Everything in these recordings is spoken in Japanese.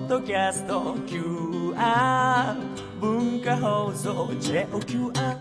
ドキャスト QR 文化放送 JOQR。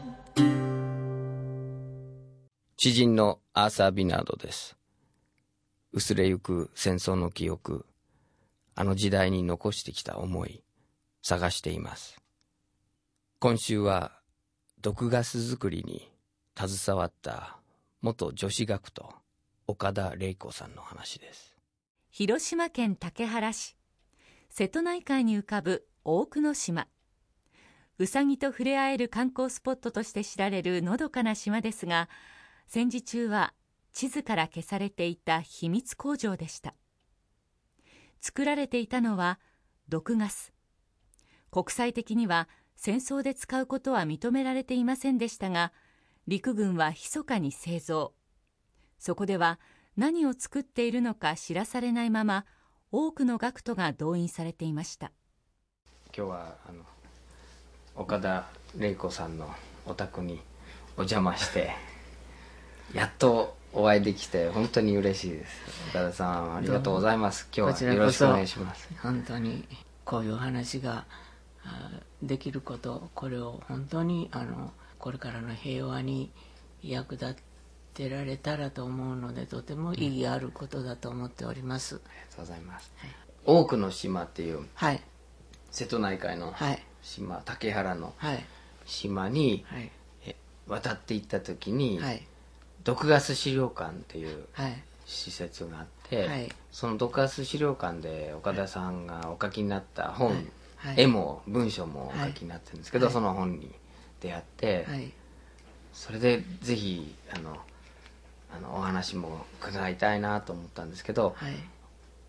詩人のアーサー・ビナードです。薄れゆく戦争の記憶、あの時代に残してきた思い、探しています。今週は毒ガス作りに携わった元女子学徒岡田玲子さんの話です。 広島県竹原市、瀬戸内海に浮かぶ大久野島。うさぎと触れ合える観光スポットとして知られるのどかな島ですが、戦時中は地図から消されていた秘密工場でした。作られていたのは毒ガス。国際的には戦争で使うことは認められていませんでしたが、陸軍は密かに製造。そこでは何を作っているのか知らされないまま、多くの学徒が動員されていました。 今日は岡田玲子さんのお宅にお邪魔してやっとお会いできて本当に嬉しいです。岡田さん、ありがとうございます。今日はよろしくお願いします。 本当にこういう話ができること、これを本当にこれからの平和に役立てられたらと思うので、とても意義あることだと思っております。 ありがとうございます。はい、大久野島っていう、 はい、 瀬戸内海の島、はい、竹原の島に、はい、渡っていった時に、はい、毒ガス資料館っていう施設があって、はい、その毒ガス資料館で岡田さんがお書きになった本、はいはい、絵も文章もお書きになってるんですけど、はい、その本に出会って、はい、それでぜひお話も伺いたいなと思ったんですけど、はい、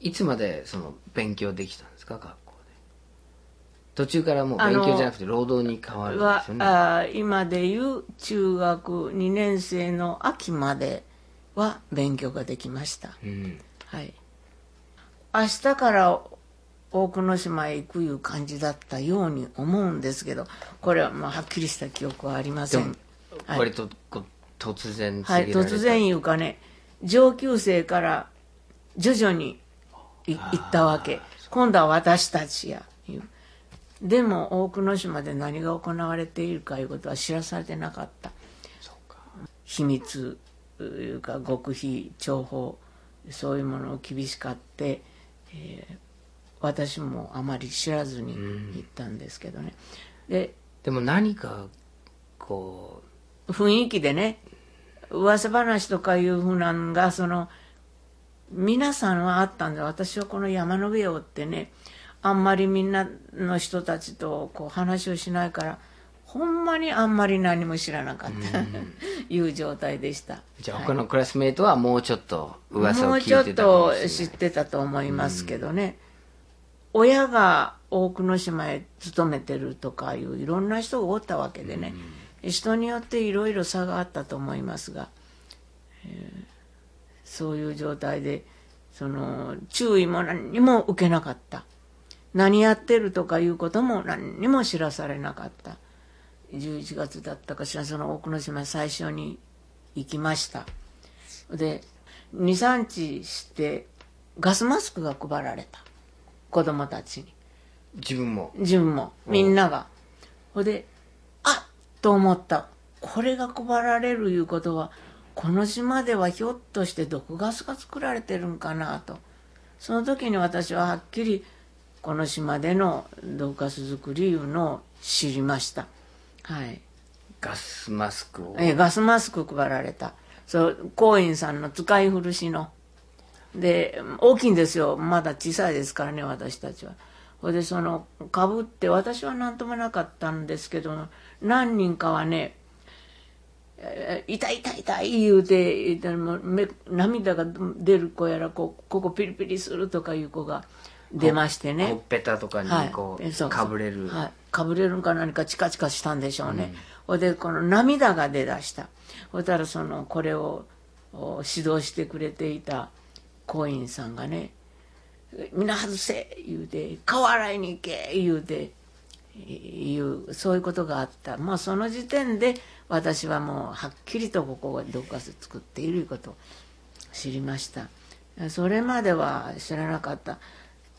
いつまでその勉強できたんですか、学校で。途中からもう勉強じゃなくて労働に変わるんですよね。 今でいう中学2年生の秋までは勉強ができました、うん、はい。明日から大久野島へ行くいう感じだったように思うんですけど、これはまあはっきりした記憶はありません。 割と突然はい、突然いうかね、上級生から徐々に行ったわけ。今度は私たちやいう。でも大久野島で何が行われているかいうことは知らされてなかった。そうか。秘密というか極秘諜報、そういうものを厳しかって、私もあまり知らずに行ったんですけどね。 でも何かこう雰囲気でね、噂話とかいうふうなのが皆さんはあったんで、私はこの山の上をってね、あんまりみんなの人たちとこう話をしないから、ほんまにあんまり何も知らなかったいう状態でした。 じゃあ他のクラスメートはもうちょっと噂を聞いてたかもしれない。 もうちょっと知ってたと思いますけどね。親が大久野島へ勤めてるとかいういろんな人がおったわけでね、人によっていろいろ差があったと思いますが、そういう状態で注意も何にも受けなかった。何やってるとかいうことも何にも知らされなかった。11月だったかしら、その大久野島最初に行きました。で 2,3 日してガスマスクが配られた、子供たちに。 自分もみんなが。ほであっと思った。これが配られるいうことは、この島ではひょっとして毒ガスが作られてるんかなと。その時に私ははっきりこの島での毒ガス作りいうのを知りました。はい。 ガスマスクを。 ガスマスク配られた。工員さんの使い古しの。で、大きいんですよ。まだ小さいですからね、私たちは。ほいでかぶって、私は何ともなかったんですけど、何人かはね、痛い痛い痛い言うて、涙が出る子やら、ここピリピリするとかいう子が出ましてね。 ほっぺたとかにかぶれる。 はい。かぶれるか何かチカチカしたんでしょうね。ほいで、この涙が出だした。ほいたらこれを指導してくれていた工員さんがね、みんな外せ言うて、顔洗いに行け言うて、そういうことがあった。まあその時点で私はもうはっきりとここが毒ガス作っていることを知りました。それまでは知らなかった。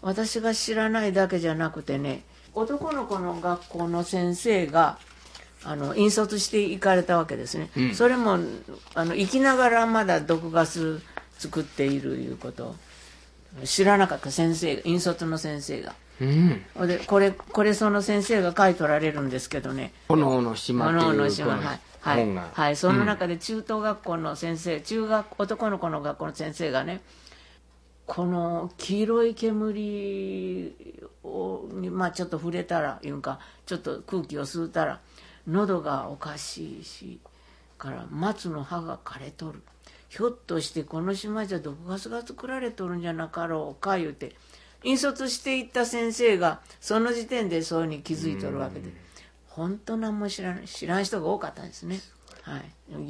私が知らないだけじゃなくてね、男の子の学校の先生が引率して行かれたわけですね、それも生きながらまだ毒ガス作っているいうことを知らなかった。先生が、引率の先生が、でこれその先生が書いとられるんですけどね、 炎の島っていう本が、 はい、その中で中等学校の先生、男の子の学校の先生がね、この黄色い煙に、ちょっと触れたらいうか、ちょっと空気を吸うたら喉がおかしいし、から松の葉が枯れとる、ひょっとしてこの島じゃ毒ガスが作られとるんじゃなかろうか言うて、引率していった先生がその時点でそういうに気づいとるわけで、本当何も知らん人が多かったんですね。はい、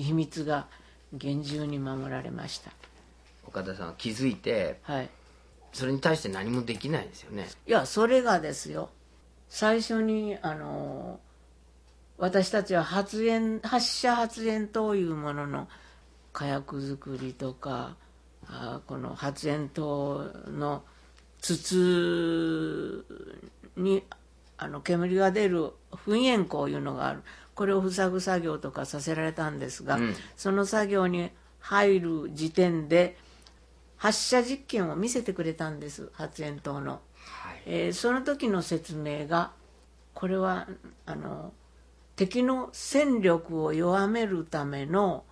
秘密が厳重に守られました。 岡田さんは気づいて、はい、それに対して何もできないんですよね。 いや、それがですよ、最初に私たちは発射発煙筒いうものの火薬作りとか、この発煙筒の筒に煙が出る噴煙口いうのがある、これを塞ぐ作業とかさせられたんですが、その作業に入る時点で発射実験を見せてくれたんです、発煙筒の、その時の説明が、これは敵の戦力を弱めるための、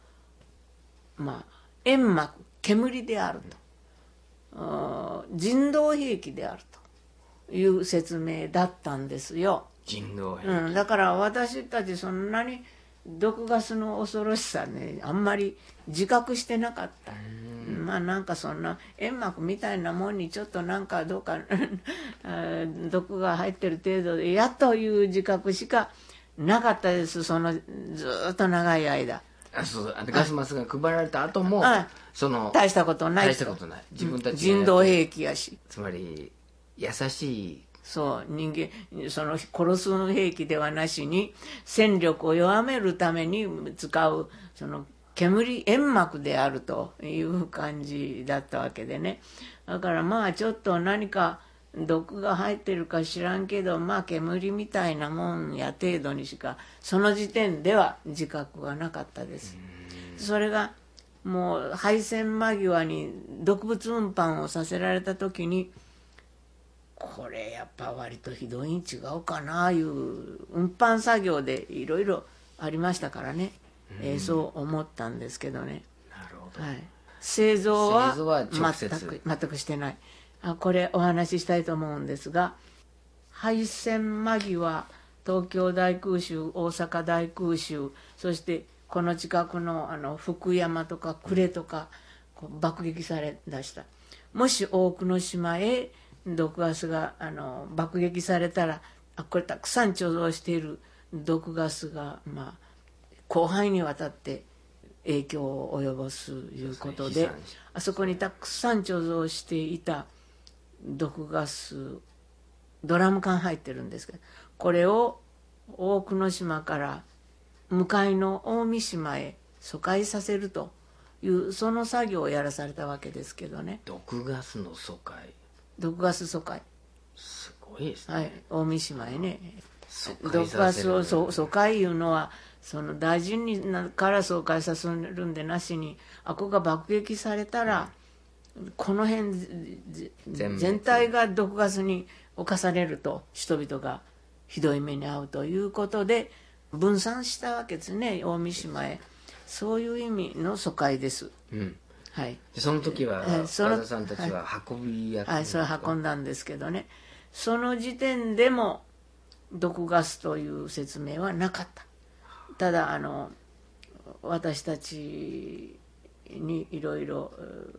煙幕、煙であると、人道兵器であるという説明だったんですよ。 人道兵器、 だから私たちそんなに毒ガスの恐ろしさね、あんまり自覚してなかった。なんかそんな煙幕みたいなもんにちょっとなんかどうか毒が入ってる程度でやという自覚しかなかったです。ずっと長い間。 ガスマスが配られた後も、 大したことない。 自分たち人道兵器やし、 つまり優しい、 人間殺す兵器ではなしに戦力を弱めるために使う煙幕であるという感じだったわけでね。だからちょっと何か毒が入ってるか知らんけど、煙みたいなもんや程度にしかその時点では自覚がなかったです。それがもう敗戦間際に毒物運搬をさせられた時に、これやっぱ割とひどいに違うかないう運搬作業でいろいろありましたからね、そう思ったんですけどね。 なるほど、 製造は全くしてない。これお話ししたいと思うんですが、敗戦間際、東京大空襲、大阪大空襲、そしてこの近くの福山とか呉とか爆撃されだした。もし大久野島へ毒ガスが爆撃されたら、これたくさん貯蔵している毒ガスが広範囲にわたって影響を及ぼすいうことで、あそこにたくさん貯蔵していた毒ガス、ドラム缶入ってるんですけど、これを大久野島から向かいの大三島へ疎開させるというその作業をやらされたわけですけどね。 毒ガスの疎開、 毒ガス疎開、 すごいですね。 大三島へね。毒ガスを疎開いうのは大臣にから疎開させるんでなしに、ここが爆撃されたら、この辺全体が毒ガスに侵されると、人々がひどい目に遭うということで分散したわけですね、大三島へ。そういう意味の疎開です。 その時は岡田さんたちは運び役ですか？ それ運んだんですけどね、その時点でも毒ガスという説明はなかった。ただ私たちにいろいろ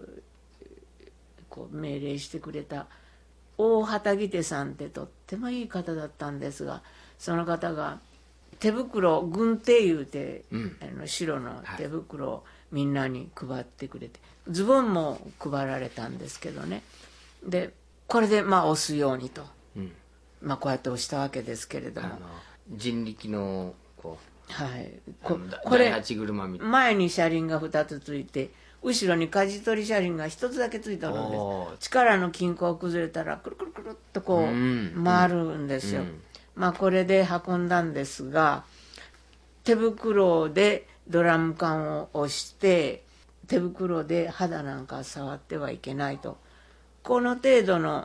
命令してくれた大畑義手さんってとってもいい方だったんですが、その方が手袋、軍手いうて、白の手袋をみんなに配ってくれて、ズボンも配られたんですけどね。でこれで押すようにと、こうやって押したわけですけれども、 人力のこれ第8車みたいな、 前に車輪が2つついて、 後ろに舵取り車輪が一つだけついてあるんです。力の均衡が崩れたらくるくるくるっとこう回るんですよ。まあこれで運んだんですが、手袋でドラム缶を押して、手袋で肌なんか触ってはいけないと、この程度の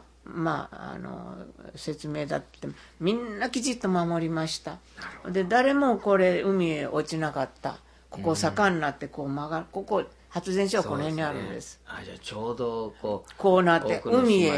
説明だって、みんなきちっと守りました。で誰もこれ海へ落ちなかった。ここ坂になってこう曲がる、ここ発電所はこの辺にあるんです。 じゃあちょうどこうなって海へ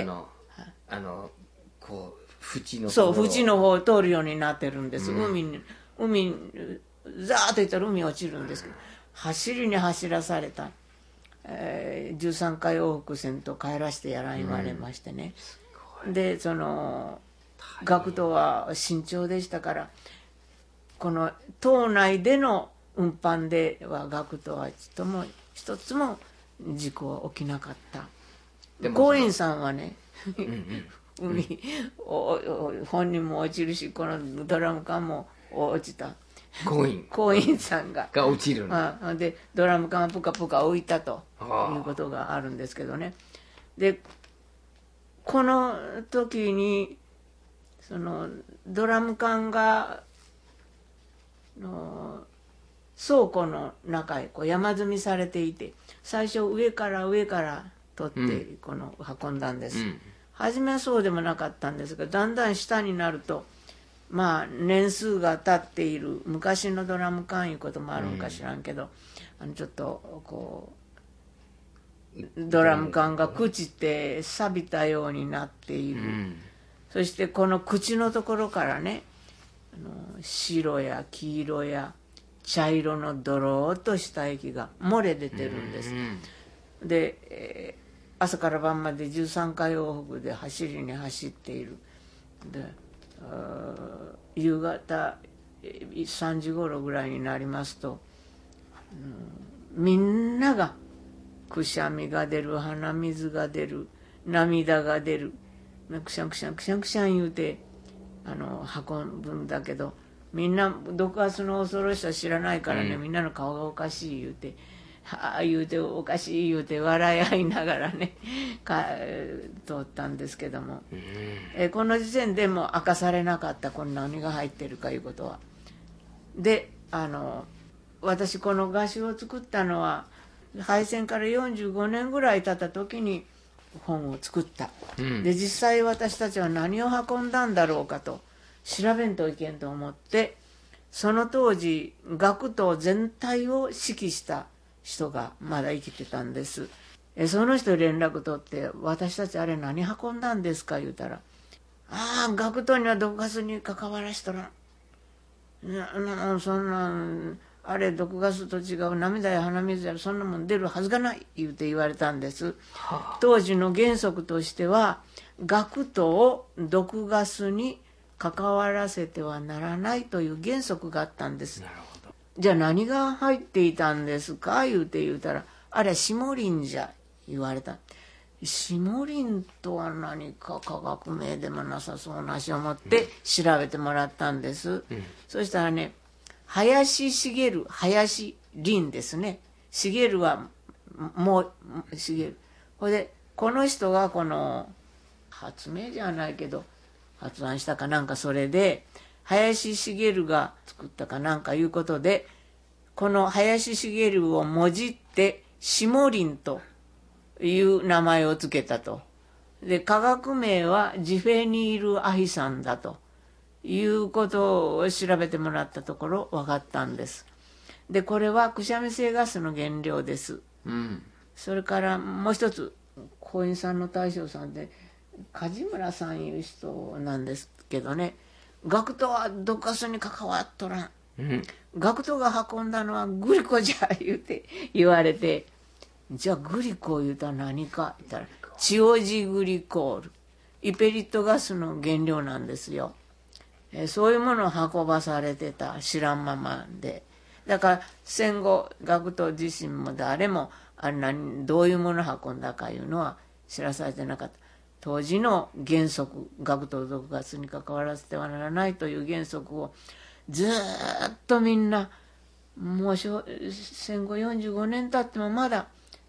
こう縁のそう縁の方を通るようになってるんです。海ザーッといったら海落ちるんですけど、走りに走らされた。13回往復せんと帰らせてやらん言われましてね。でその学徒は慎重でしたから、この島内での運搬では学徒は一つも事故は起きなかった。工員さんはね海本人も落ちるし、このドラム缶も落ちた。工員さんが落ちるのでドラム缶がプカプカ浮いたということがあるんですけどね。でこの時にそのドラム缶が倉庫の中へこう山積みされていて、最初上から取ってこの運んだんです。初めはそうでもなかったんですが、だんだん下になると年数が経っている昔のドラム缶いうこともあるんか知らんけど、ちょっとこうドラム缶が朽ちて錆びたようになっている。そしてこの口のところからね、白や黄色や茶色のドローっとした液が漏れ出てるんです。で、朝から晩まで13回往復で走りに走っている。で夕方3時頃ぐらいになりますと、みんながくしゃみが出る、鼻水が出る、涙が出る、くしゃんくしゃんくしゃんくしゃん言うて運ぶんだけど、みんな毒ガスの恐ろしさ知らないからね、みんなの顔がおかしい言うて、はあ言うておかしい言うて笑い合いながらね通ったんですけども、この時点でも明かされなかった、この何が入ってるかいうことは。で私この画集を作ったのは敗戦から45年ぐらい経った時に本を作った。で実際私たちは何を運んだんだろうかと調べんといけんと思って、その当時学徒全体を指揮した人がまだ生きてたんです。その人連絡取って「私たちあれ何運んだんですか?」言うたら「ああ学徒には毒ガスに関わらしとらん。そんなんあれ毒ガスと違う、涙や鼻水やそんなもん出るはずがない」言うて言われたんです。当時の原則としては学徒を毒ガスに関わらせてはならないという原則があったんです。じゃあ何が入っていたんですか言うたら「あれは霜林じゃ」言われた。霜林とは何か化学名でもなさそうなしを持って調べてもらったんです。そしたらね、林茂、林林ですね。茂はもう茂。これでこの人がこの発明じゃないけど発案したかなんか、それで林茂が作ったかなんかいうことで、この林茂をもじって霜林という名前をつけたと。で化学名はジフェニールアヒ酸だということを調べてもらったところ分かったんです。でこれはくしゃみ性ガスの原料です。それからもう一つ、工員さんの大将さんで梶村さんいう人なんですけどね、学徒は毒ガスに関わっとらん、学徒が運んだのはグリコじゃ言われて、じゃあグリコ言うたら何か言ったらチオジグリコール、イペリットガスの原料なんですよ。そういうものを運ばされてた、知らんままで。だから戦後学徒自身も誰もどういうものを運んだかいうのは知らされてなかった。当時の原則、学徒毒ガスに関わらせてはならないという原則をずっとみんな、もう戦後45年経ってもまだ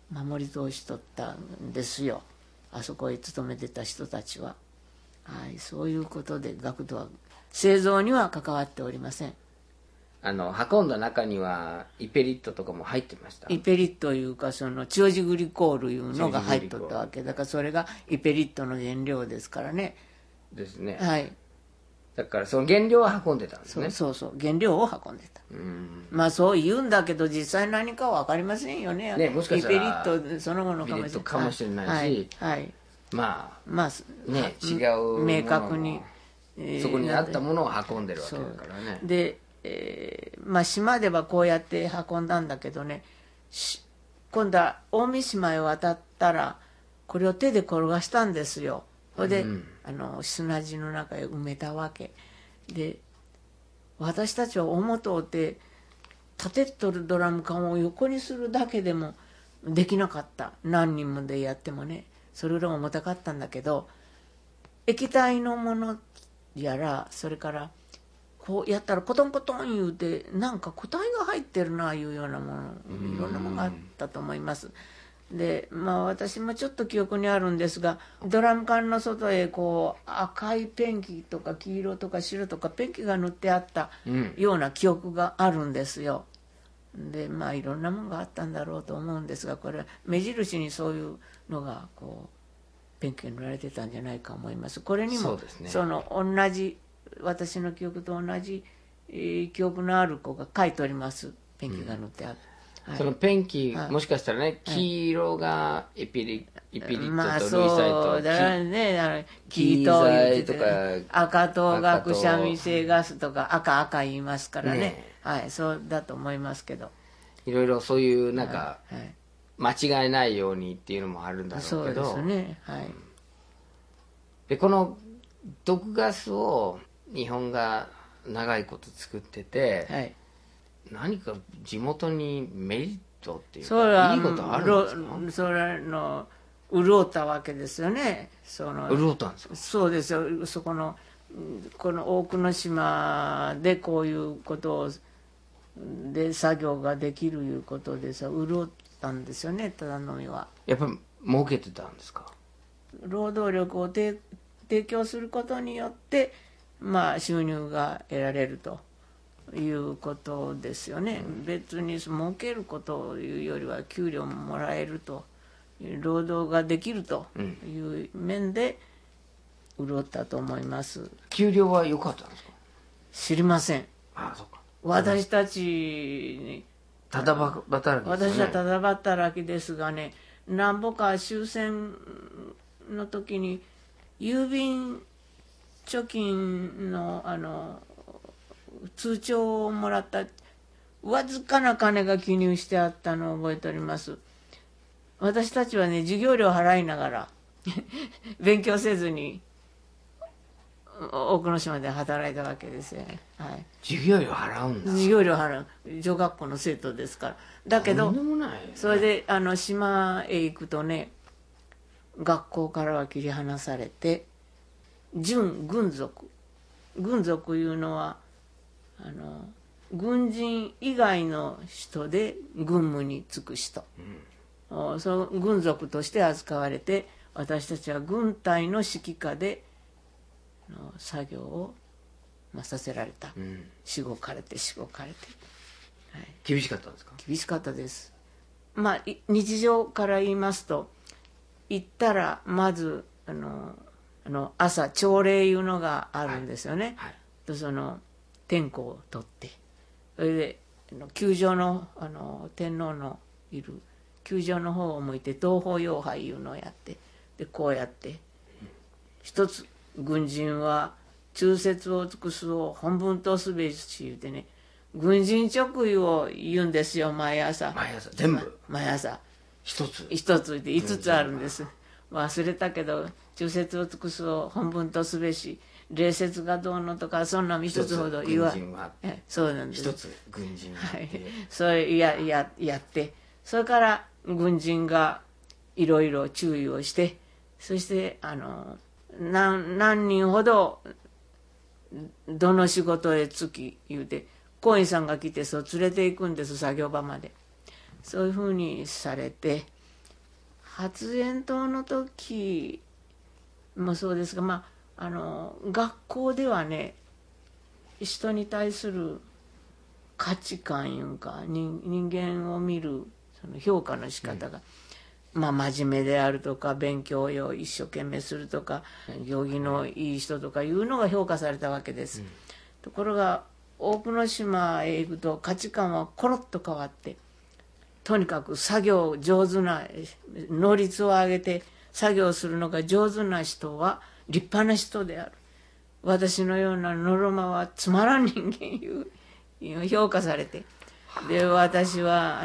守り通しとったんですよ、あそこへ勤めてた人たちは。はい、そういうことで学徒は製造には関わっておりません。 運んだ中にはイペリットとかも入ってました。 イペリットいうかそのチオジグリコールいうのが入っとったわけだから、それがイペリットの原料ですからね。 ですね。 はい。 だからその原料を運んでたんですね。 そう原料を運んでた。まあそう言うんだけど実際何かは分かりませんよね。 ね、もしかしたらイペリットそのものかもしれないし、 はい、 まあね、違う明確に、 そこにあったものを運んでるわけだからね。 で、まあ島ではこうやって運んだんだけどね、今度は大三島へ渡ったらこれを手で転がしたんですよ。それで、砂地の中へ埋めたわけで、私たちは重とって立てとるドラム缶を横にするだけでもできなかった。何人もでやってもね、それぐらい重たかったんだけど、液体のものやら、それからこうやったらコトンコトン言うて、なんか固体が入ってるないうようなもの、いろんなものがあったと思います。でまあ私もちょっと記憶にあるんですが、ドラム缶の外へこう赤いペンキとか黄色とか白とかペンキが塗ってあったような記憶があるんですよ。でまあいろんなものがあったんだろうと思うんですが、これは目印にそういうのがこうペンキが塗られてたんじゃないかと思います。これにもその同じ私の記憶と同じ、記憶のある子が書いております。ペンキが塗ってある、 はい、そのペンキ、もしかしたらね、黄色がエピリットとルイサイト、 そうだからね、黄と赤とがくしゃみ性ガスとか赤言いますからね、はい、そうだと思いますけど、 いろいろそういうなんか、間違いないようにっていうのもあるんだろうけど、 そうですね、はい。 でこの毒ガスを日本が長いこと作ってて、はい、何か地元にメリットっていうかいいことあるんですか？ それの潤ったわけですよね。 潤ったんですか？ そうですよ。この大久野島でこういうことで作業ができるいうことでさ、潤ったんですよね、忠臣は。 やっぱり儲けてたんですか？ 労働力を提供することによってまあ収入が得られるということですよね。別に儲けることというよりは給料ももらえると、労働ができるという面で潤ったと思います。 給料は良かったんですか？ 知りません。 ああ、そうか。 私たちにただ働きですね。 私はただ働きですがね、なんぼか終戦の時に郵便貯金の通帳をもらったわずかな金が記入してあったのを覚えております。私たちはね、授業料払いながら勉強せずに大久野島で働いたわけですよね、はい、 授業料払うんだ。 授業料払う、女学校の生徒ですから。だけどそれで島へ行くとね、学校からは切り離されて準軍属いうのは軍人以外の人で軍務に就く人、その軍属として扱われて、私たちは軍隊の指揮下で作業をさせられた、しごかれて、はい、 厳しかったんですか？ 厳しかったです。まあ日常から言いますと、行ったらまず朝朝礼いうのがあるんですよね、はいはい、とその点呼を取って、それで宮城の天皇のいる宮城の方を向いて東方妖拝いうのをやって、でこうやって一つ、軍人は忠節を尽くすを本分とすべし言うてね、軍人勅諭を言うんですよ、毎朝全部毎朝一つで5つあるんです。忘れたけど、忠節を尽くすを本分とすべし、礼節がどうのとか、そんな3つほど言わそうなんです。 一つ軍人は、はい、 それやって、それから軍人がいろいろ注意をして、そして何人ほどどの仕事へ就き言うて、工員さんが来てそう連れて行くんです、作業場まで。そういうふうにされて、 発煙筒の時もそうですが、学校ではね、人に対する価値観いうか人間を見るその評価の仕方が、真面目であるとか勉強を一生懸命するとか行儀のいい人とかいうのが評価されたわけです。ところが大久野島へ行くと価値観はコロッと変わって、とにかく作業上手な能率を上げて作業するのが上手な人は立派な人である。私のようなのろまはつまらん人間いう評価されて、で私は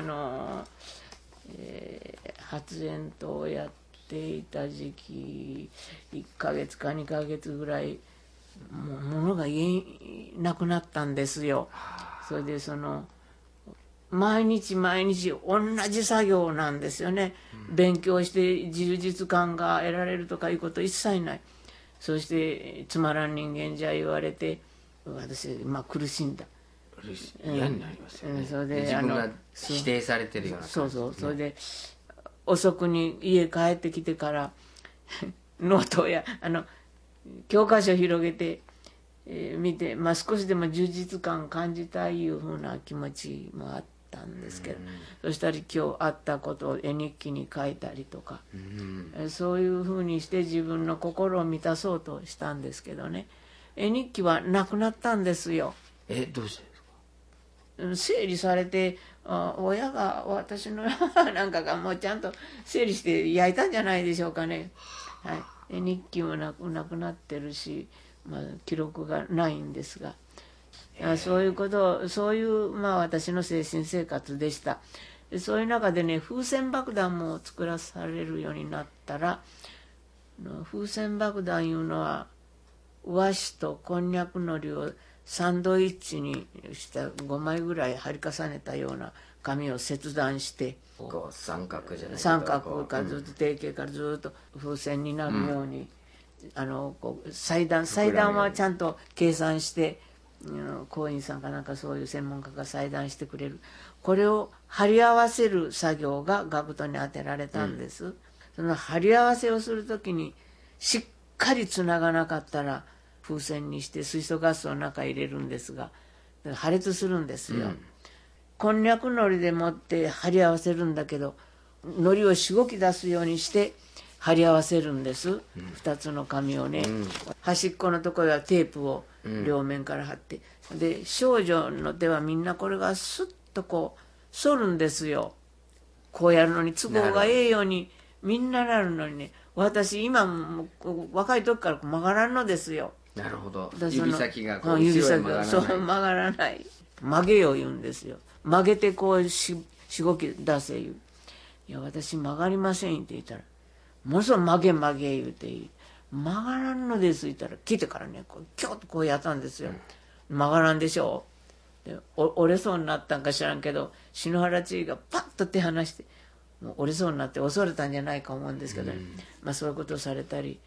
発煙筒をやっていた時期1ヶ月か2ヶ月ぐらいもう物が言えなくなったんですよ。それで毎日毎日同じ作業なんですよね。勉強して充実感が得られるとかいうこと一切ない。そしてつまらん人間じゃ言われて、私苦しんだ。 嫌になりますよね。 それで自分が否定されてるような感じ。 それで遅くに家帰ってきてからノートや教科書広げて、見て、少しでも充実感感じたいいうふうな気持ちもあったんですけど、そしたら今日あったことを絵日記に書いたりとか、そういうふうにして自分の心を満たそうとしたんですけどね、絵日記はなくなったんですよ。 どうしてですか？ 整理されて、親が私のなんかがもうちゃんと整理して焼いたんじゃないでしょうかね。はい、日記もなくなってるし、記録がないんですが、そういう私の精神生活でした。そういう中でね、風船爆弾も作らされるようになったら、風船爆弾いうのは和紙とこんにゃくのりをサンドイッチにした5枚ぐらい貼り重ねたような紙を切断して、 三角じゃない三角からずっと定型からずっと風船になるように、裁断はちゃんと計算して、工員さんかなんかそういう専門家が裁断してくれる。これを貼り合わせる作業が学徒に当てられたんです。その貼り合わせをするときにしっかりつながなかったら風船にして水素ガスを中入れるんですが、破裂するんですよ。こんにゃくのりでもって貼り合わせるんだけど、のりをしごき出すようにして貼り合わせるんです、2つの紙をね、端っこのところはテープを両面から貼って、で少女の手はみんなこれがスッとこう反るんですよ。こうやるのに都合がええようにみんななるのにね、私今も若い時から曲がらんのですよ。 なるほど。指先がこう指先後ろへがそう曲がらない。曲げよう言うんですよ。曲げてこうしごき出せ言う。いや私曲がりませんって言ったら、ものすごい曲げ言うて曲がらんのです言ったら、来てからねこうキョッとこうやったんですよ。曲がらんでしょで折れそうになったんか知らんけど、篠原知事がパッと手離してもう折れそうになって恐れたんじゃないか思うんですけど、そういうことをされたり、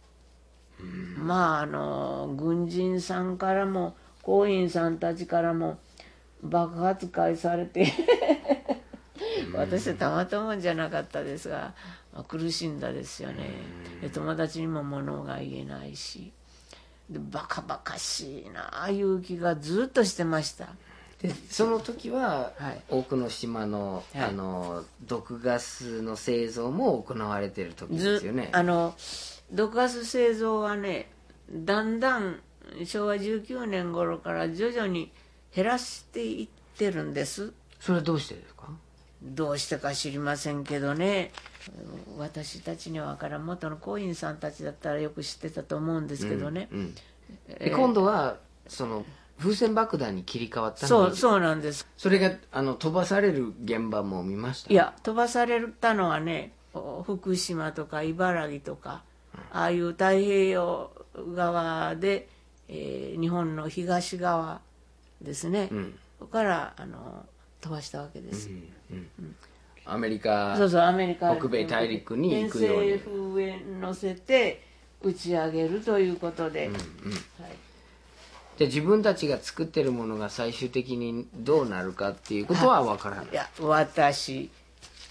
軍人さんからも工員さんたちからも爆発会されて私はたまったもんじゃなかったですが、苦しんだですよね。で友達にも物が言えないし、でバカバカしいなあいう気がずっとしてました。 でその時は、大久野島の、毒ガスの製造も行われている時ですよね。 毒ガス製造はね、だんだん昭和19年頃から徐々に減らしていってるんです。 それはどうしてですか？ どうしてか知りませんけどね、私たちには分からん。元の工員さんたちだったらよく知ってたと思うんですけどね、 で今度はその風船爆弾に切り替わったの。そうなんです。 それが飛ばされる現場も見ました？ いや飛ばされたのはね、福島とか茨城とか、ああいう太平洋側で、日本の東側ですね、そこから飛ばしたわけです。 アメリカ、 アメリカ北米大陸に行くように偏西風へ乗せて打ち上げるということで、 で自分たちが作ってるものが最終的にどうなるかっていうことは分からない。 いや私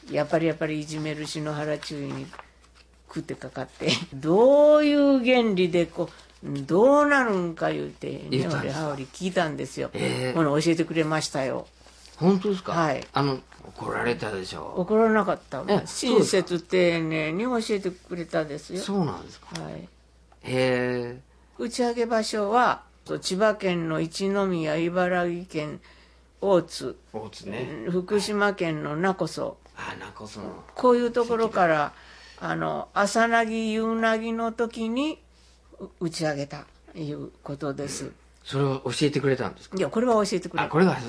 やっぱりいじめる篠原注意に食ってかかってどういう原理でどうなるんか言うて根掘り葉掘り聞いたんですよ。この教えてくれましたよ。 本当ですか？ はい。 怒られたでしょ？ 怒らなかった。親切丁寧に教えてくれたですよ。 そうなんですか？ はい。 へえ。 打ち上げ場所は千葉県の一宮、茨城県大津、 ね、 福島県の勿来、 勿来のこういうところから朝なぎ夕なぎの時に打ち上げたいうことです。 それを教えてくれたんですか？ いや、これは教えてくれた。 これが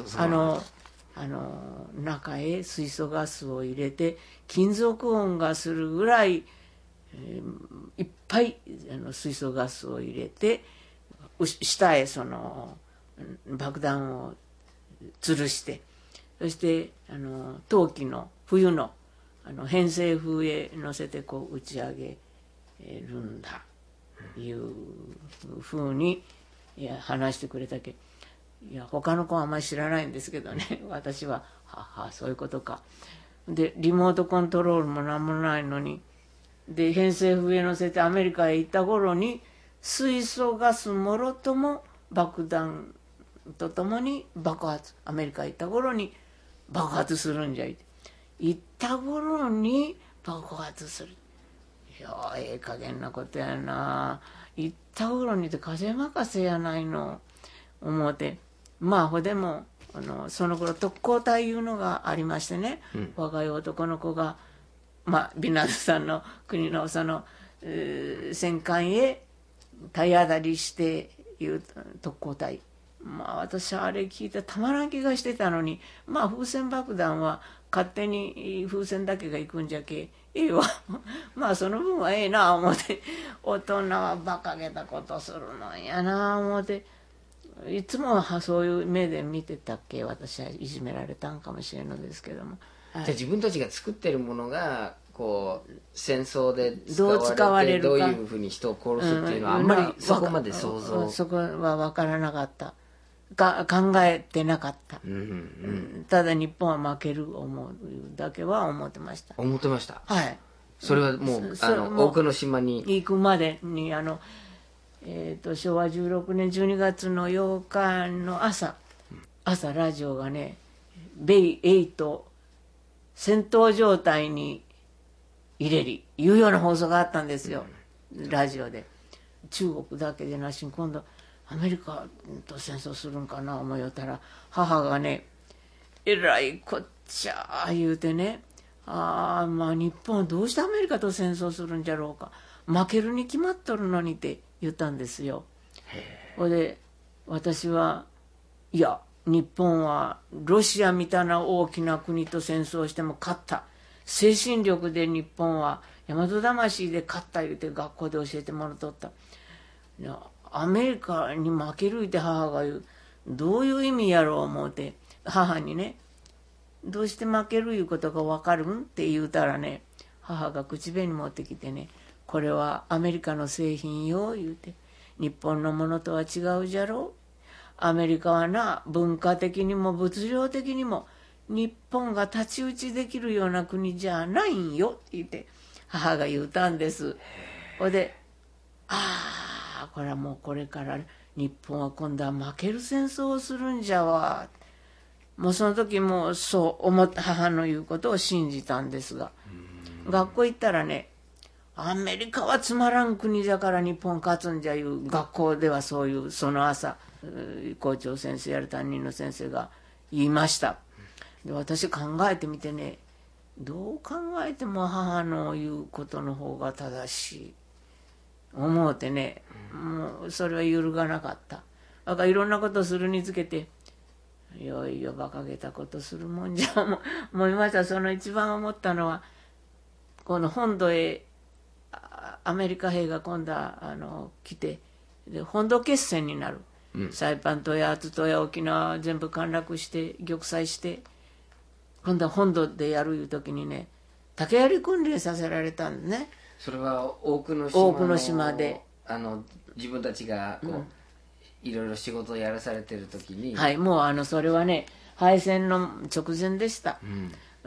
中へ水素ガスを入れて金属音がするぐらい、いっぱい水素ガスを入れて下へ爆弾を吊るして、そして冬季の冬の偏西風へ乗せて打ち上げるんだいうふうに話してくれたけ。いや、他の子はあんまり知らないんですけどね、私はそういうことか。でリモートコントロールもなんもないのに、で偏西風へ乗せてアメリカへ行った頃に水素ガスもろとも爆弾とともに爆発、アメリカへ行った頃に爆発するんじゃい、行った頃に爆発する。いや、ええ加減なことやな、行った頃にって風任せやないの思うて、ほでもその頃特攻隊いうのがありましてね、若い男の子がビナードさんの国の戦艦へ体当たりしていう特攻隊、私あれ聞いてたまらん気がしてたのに、風船爆弾は勝手に風船だけが行くんじゃけええわその分はええな思って、大人は馬鹿げたことするのやな思って、いつもそういう目で見てたっけ。私はいじめられたんかもしれんのですけども、 じゃあ自分たちが作ってるものが戦争でどう使われるか、 どういうふうに人を殺すっていうのはあんまりそこまで想像、 そこは分からなかった、考えてなかった、ただ日本は負ける思うだけは思ってました。 思ってました。 はい。 それはもう大久野島に行くまでに昭和16年12月の8日の朝ラジオがね、米8戦闘状態に入れりいうような放送があったんですよ、ラジオで。中国だけでなしに今度アメリカと戦争するんかな思いよったら、母がね、えらいこっちゃ言うてね、日本はどうしてアメリカと戦争するんじゃろうか、負けるに決まっとるのにって言ったんですよ。ほいで私は、いや日本はロシアみたいな大きな国と戦争しても勝った、精神力で日本は大和魂で勝った言うて学校で教えてもらっとった。いや、アメリカに負けるって母が言う、どういう意味やろう思うて母にね、どうして負けるいうことが分かるんって言うたらね、母が口紅持ってきてね、これはアメリカの製品よ言うて、日本のものとは違うじゃろう、アメリカはな、文化的にも物量的にも日本が太刀打ちできるような国じゃないんよって言って母が言うたんです。ほいで、これはもうこれから日本は今度は負ける戦争をするんじゃわ。もうその時もそう思った、母の言うことを信じたんですが、学校行ったらね、アメリカはつまらん国だから日本勝つんじゃいう学校ではそういう、その朝校長先生やる担任の先生が言いました。で私考えてみてね、どう考えても母の言うことの方が正しい思うてね、もうそれは揺るがなかった。だからいろんなことするにつけて、いよいよ馬鹿げたことするもんじゃ思いました。その一番思ったのは、この本土へアメリカ兵が今度は来て、で本土決戦になる、サイパン島やアツ島や沖縄全部陥落して玉砕して、今度は本土でやるいう時にね、竹槍訓練させられたんですね。 それは大久野島で自分たちがいろいろ仕事をやらされてる時に、 はい、もうそれはね敗戦の直前でした、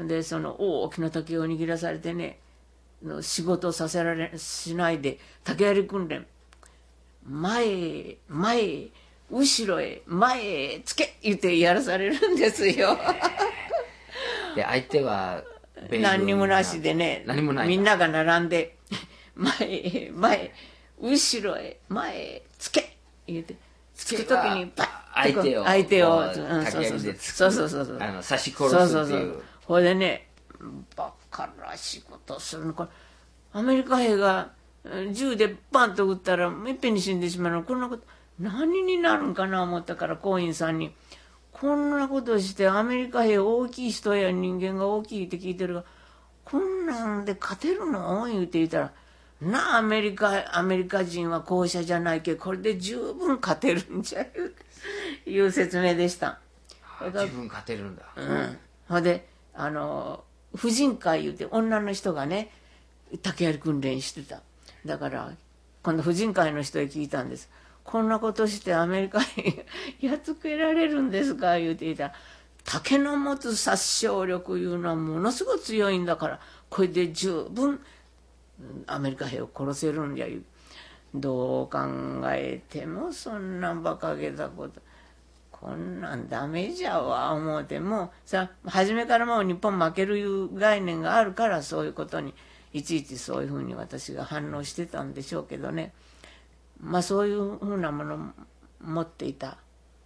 でその大きな竹を握らされてね、仕事させられしないで竹槍訓練、前へ前へ後ろへ前へつけ言ってやらされるんですよ。 で相手は何にもなしでね、 何もない、 みんなが並んで前へ前へ後ろへ前へつけ言ってつく時にパッと相手を竹槍でそう刺し殺すっていう。 そうほいでね、バカらしいことするの。これアメリカ兵が銃でバンと撃ったらいっぺんに死んでしまうの。こんなこと何になるんかな思ったから、工員さんにこんなことしてアメリカ兵大きい人や人間が大きいって聞いてるが、こんなんで勝てるの言うて言ったら、なあアメリカ人は後者じゃないけどこれで十分勝てるんじゃいう説明でした。 十分勝てるんだ。 ほんで婦人会いうて女の人がね竹槍訓練してた。だから今度婦人会の人へ聞いたんです。こんなことしてアメリカにやっつけられるんですか言うていたら、竹の持つ殺傷力いうのはものすごく強いんだから、これで十分アメリカ兵を殺せるんじゃいう。どう考えてもそんな馬鹿げたこと、こんなんダメじゃわ思うてもさ、初めからもう日本負けるいう概念があるから、そういうことにいちいちそういうふうに私が反応してたんでしょうけどね。まあそういうふうなものを持っていた。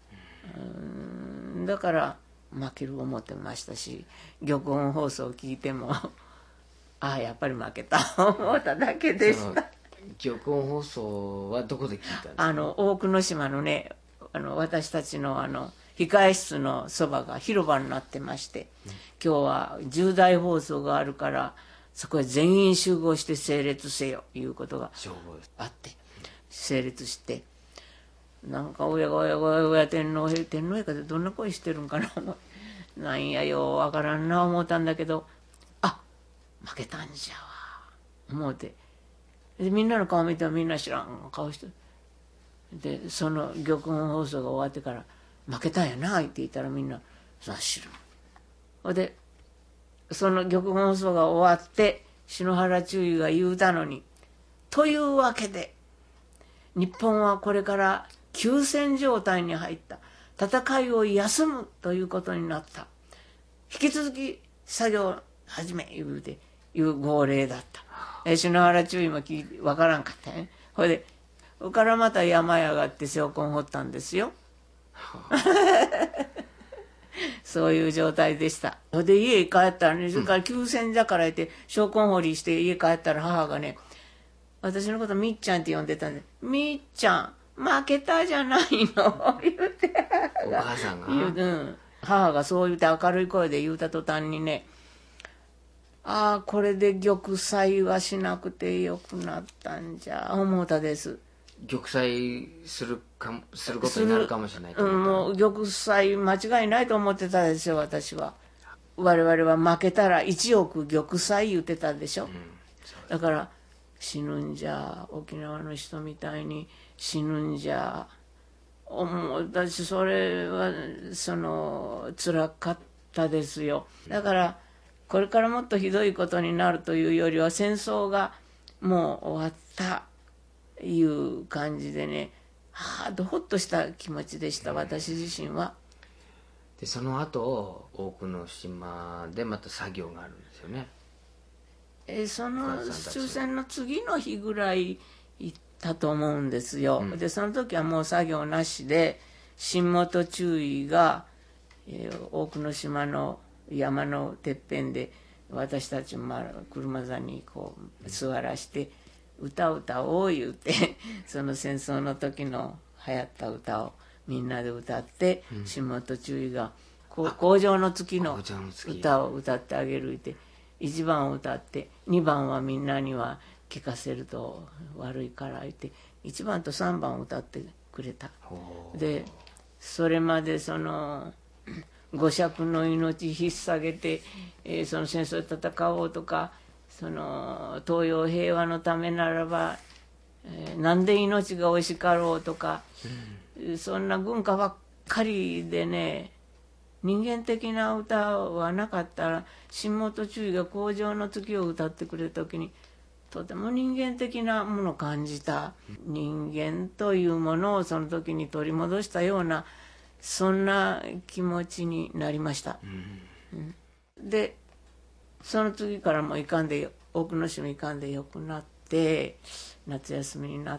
だから負ける思ってましたし、玉音放送を聞いてもああやっぱり負けた思っただけでした。 玉音放送はどこで聞いたんですか？ 大久野島のね、私たちの控え室のそばが広場になってまして、今日は重大放送があるからそこへ全員集合して整列せよいうことがあって、整列して、なんかおや天皇陛下でどんな声してるんかななんやよわからんな思ったんだけど、あ負けたんじゃわ思うて、でみんなの顔見てもみんな知らん顔してる。でその玉音放送が終わってから「負けたんやな」って言ったらみんな「さあ知る」ほんでその玉音放送が終わって篠原中尉が言うたのに「というわけで日本はこれから休戦状態に入った、戦いを休むということになった、引き続き作業始め」いう号令だった。篠原中尉も分からんかったね。ほいでそれからまた山へ上がって証拠掘ったんですよ。そういう状態でした。それで家へ帰ったらね、それから休戦だからって証拠掘りして家帰ったら母がね、私のことみっちゃんって呼んでたんで「みっちゃん負けたじゃないの」言うてお母さんが、 母がそう言うて明るい声で言うた途端にね、ああこれで玉砕はしなくてよくなったんじゃ思うたです。 玉砕することになるかもしれないと思った。 もう玉砕間違いないと思ってたですよ私は。我々は負けたら1億玉砕言ってたでしょ、だから死ぬんじゃ、沖縄の人みたいに死ぬんじゃ私それは辛かったですよ。だからこれからもっとひどいことになるというよりは戦争がもう終わったいう感じでね、ほっとした気持ちでした私自身は。 でその後大久野島でまた作業があるんですよね。 その終戦の次の日ぐらい行ったと思うんですよ、でその時はもう作業なしで新本中尉が、大久野島の山のてっぺんで私たちも車座にこう座らして歌おう言うてその戦争の時の流行った歌をみんなで歌って、新本中尉が工場の月の歌を歌ってあげるって1番を歌って2番はみんなには聞かせると悪いから言って1番と3番を歌ってくれた。でそれまで五尺の命引っ提げて、その戦争で戦おうとか東洋平和のためならば、なんで命が惜しかろうとか、そんな軍歌ばっかりでね人間的な歌はなかったら、新本中尉が荒城の月を歌ってくれた時にとても人間的なものを感じた。人間というものをその時に取り戻したような、そんな気持ちになりました、でその次からもいかんで、大久野島いかんでよくなって、夏休みになった。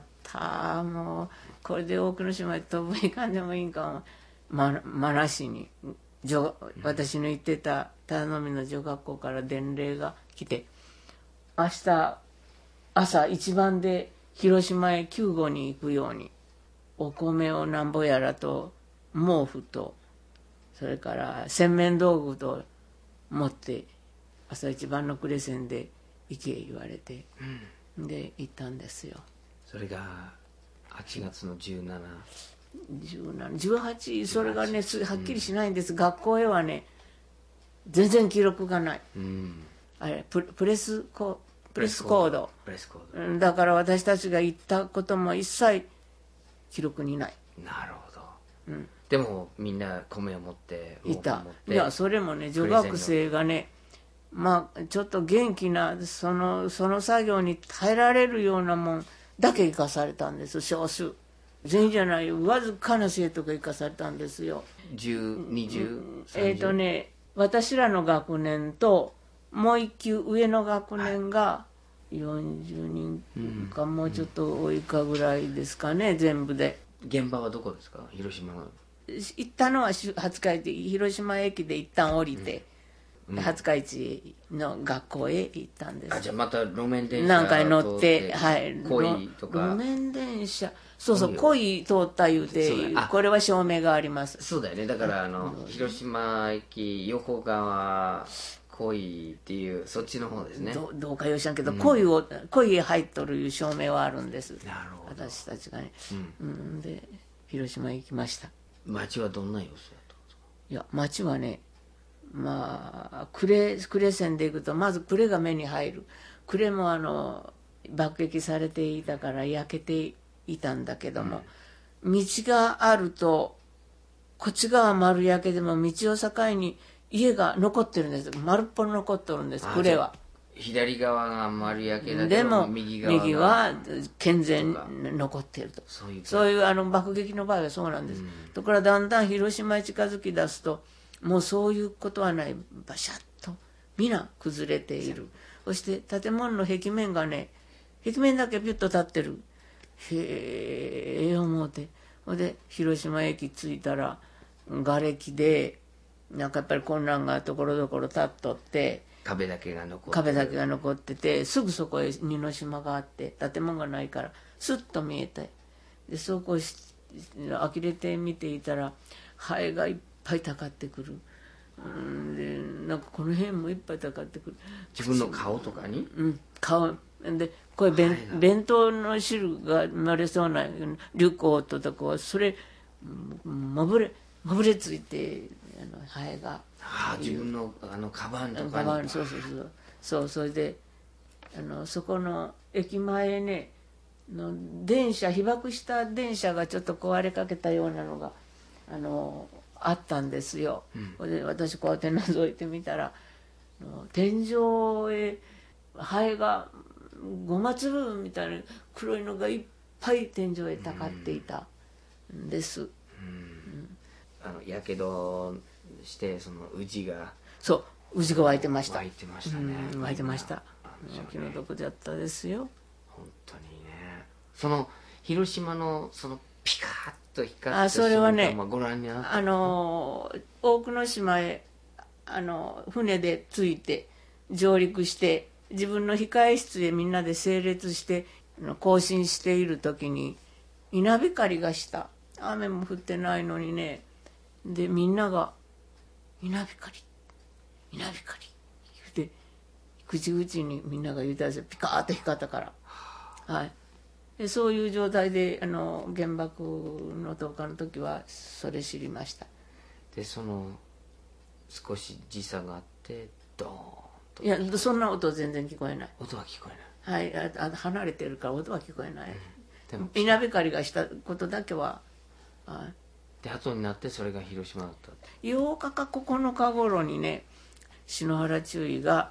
もうこれで大久野島へ飛ぶいかんでもいいんかも、まなしに私の行ってた田野の女学校から伝令が来て、明日朝一番で広島へ救護に行くように、お米をなんぼやらと毛布と、それから洗面道具と持って朝一番の呉線で行け言われて、で行ったんですよ。 それが8月の17、 18、それがねはっきりしないんです、学校へはね全然記録がない、あれプレスコードだから、私たちが言ったことも一切記録にない。 なるほど、でもみんな米を持っていた。いやそれもね、女学生がね、まあちょっと元気なその作業に耐えられるようなもんだけ生かされたんです。少数全員じゃないわずかな生徒が生かされたんですよ。 10、20、30。 私らの学年ともう一級上の学年が40人かもうちょっと多いかぐらいですかね、全部で。 現場はどこですか？広島の。 行ったのは廿日市、広島駅で一旦降りて、廿日市の学校へ行ったんです。 じゃあまた路面電車何回乗って、はい、 恋とか路面電車、そうそう、恋通った言うて、これは証明があります。 そうだよね。だから広島駅横川恋っていうそっちの方ですね。 どうかよしゃんけど、恋へ入っとるいう証明はあるんです。 なるほど。 私たちがね、で広島へ行きました。 街はどんな様子だったんですか？ いや街はね、まあ呉線で行くとまず呉が目に入る。呉も爆撃されていたから焼けていたんだけども、道があるとこっち側丸焼けでも道を境に家が残ってるんです。丸っぽに残ってるんです、呉は。 左側が丸焼けだけどでも右は健全に残っていると。そういう爆撃の場合はそうなんです。ところがだんだん広島へ近づき出すともうそういうことはない。バシャッと皆崩れている。そして建物の壁面がね、壁面だけピュッと立ってる。へえ思うて、ほんで広島駅着いたら瓦礫でなんかやっぱり混乱がところどころ立っとって、 壁だけが残ってて、すぐそこへ二の島があって建物がないからスッと見えて、でそこ呆れて見ていたらハエがいっぱいたかってくる。でなんかこの辺もいっぱいたかってくる。 自分の顔とかに、 顔でこれ弁当の汁が生まれそうなリュックを取った子はそれまぶれついてハエが。 自分のカバンとかに。 そうそれでそこの駅前ね電車、被爆した電車がちょっと壊れかけたようなのがあったんですよ。で私こうやって覗いてみたら天井へハエがごま粒みたいな黒いのがいっぱい天井へたかっていたんです。 やけどして宇治が湧いてました。 湧いてましたね。 湧いてました。気の毒だったですよ。 本当にね。広島のピカッと光ったそれはね、 ご覧になった大久野島へ船で着いて上陸して自分の控え室へみんなで整列して行進している時に稲光がした。雨も降ってないのにね。でみんなが稲光言うて口々にみんなが言うたんですよ。ピカーッと光ったから。はい。でそういう状態で原爆の投下の時はそれ知りました。 で少し時差があってドーンと。 いやそんな音全然聞こえない。 音は聞こえない。 はい、離れてるから音は聞こえない。稲光がしたことだけは。 で後になってそれが広島だったって。 8日か9日頃にね、篠原中尉が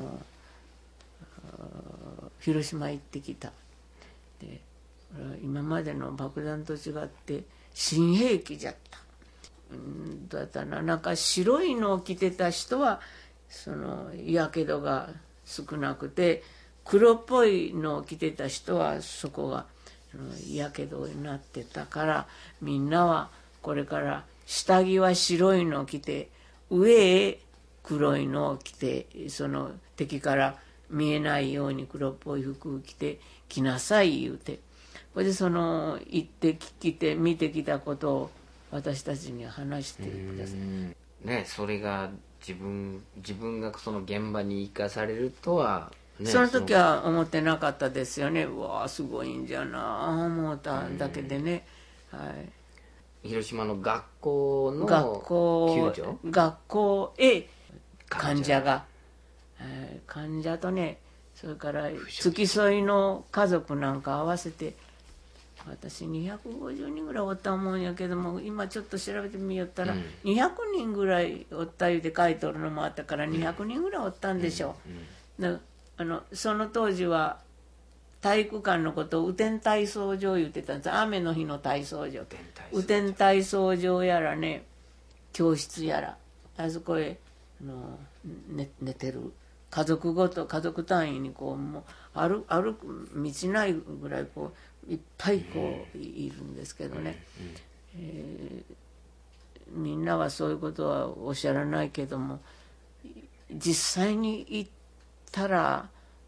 広島行ってきた。で今までの爆弾と違って新兵器じゃった。だったな、なんか白いのを着てた人はやけどが少なくて、黒っぽいのを着てた人はそこがやけどになってたから、みんなはこれから下着は白いのを着て上へ黒いのを着て、敵から見えないように黒っぽい服を着て来なさい言うて、それで行ってきて見てきたことを私たちに話してください。 ね、それが自分がその現場に生かされるとは、ね、 その時は思ってなかったですよね。うわすごいんじゃな思っただけでね、はい、 広島の学校の救助、 学校へ患者が、患者とね、それから付き添いの家族なんか合わせて、私250人ぐらいおった思うんやけども、今ちょっと調べてみよったら、200人ぐらいおった言うて書いとるのもあったから、200人ぐらいおったんでしょう。その当時は体育館のことを雨天体操場言ってたんです。雨の日の体操場、雨天体操場やらね、教室やら、あそこへ寝てる家族単位にこう、もう歩く道ないぐらいこういっぱいこういるんですけどね、みんなはそういうことはおっしゃらないけども、実際に行ったら、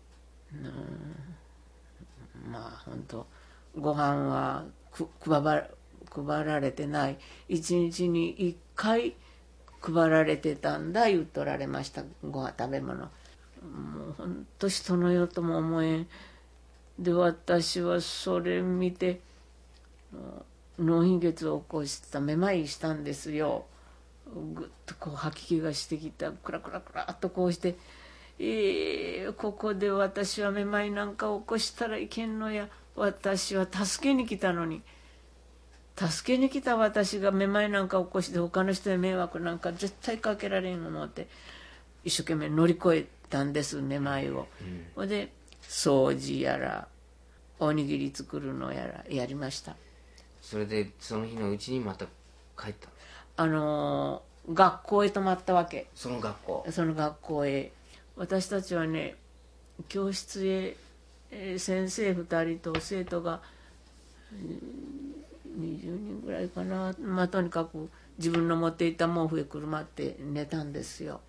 まあ本当ご飯は配られてない、一日に1回配られてたんだ言うとられました。食べ物もう本当人の世とも思えんで、私はそれ見て脳貧血を起こしためまいしたんですよ。ぐっとこう吐き気がしてきた。クラクラクラっとこうして、ここで私はめまいなんか起こしたらいけんのや、私は助けに来たのに、助けに来た私がめまいなんか起こして他の人へ迷惑なんか絶対かけられん思って一生懸命乗り越えたんです、めまいを。ほんで掃除やらおにぎり作るのやらやりました。 それでその日のうちにまた帰った？ 学校へ泊まったわけ。 その学校へ私たちはね、教室へ、先生2人と生徒が20人ぐらいかな、まあ、とにかく自分の持っていた毛布へくるまって寝たんですよ。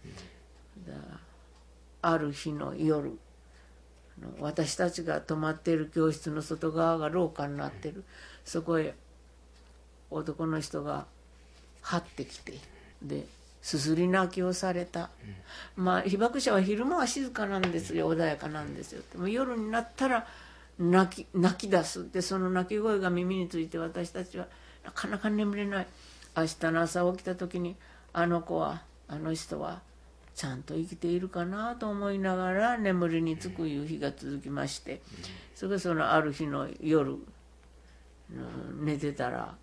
ある日の夜、私たちが泊まっている教室の外側が廊下になってる、そこへ男の人が張ってきて、ですすり泣きをされた。まあ被爆者は昼間は静かなんですよ、穏やかなんですよ。でも夜になったら泣き出す。でその泣き声が耳について私たちはなかなか眠れない。明日の朝起きた時にあの人はちゃんと生きているかなと思いながら眠りにつくいう日が続きまして、それがある日の夜、寝てたら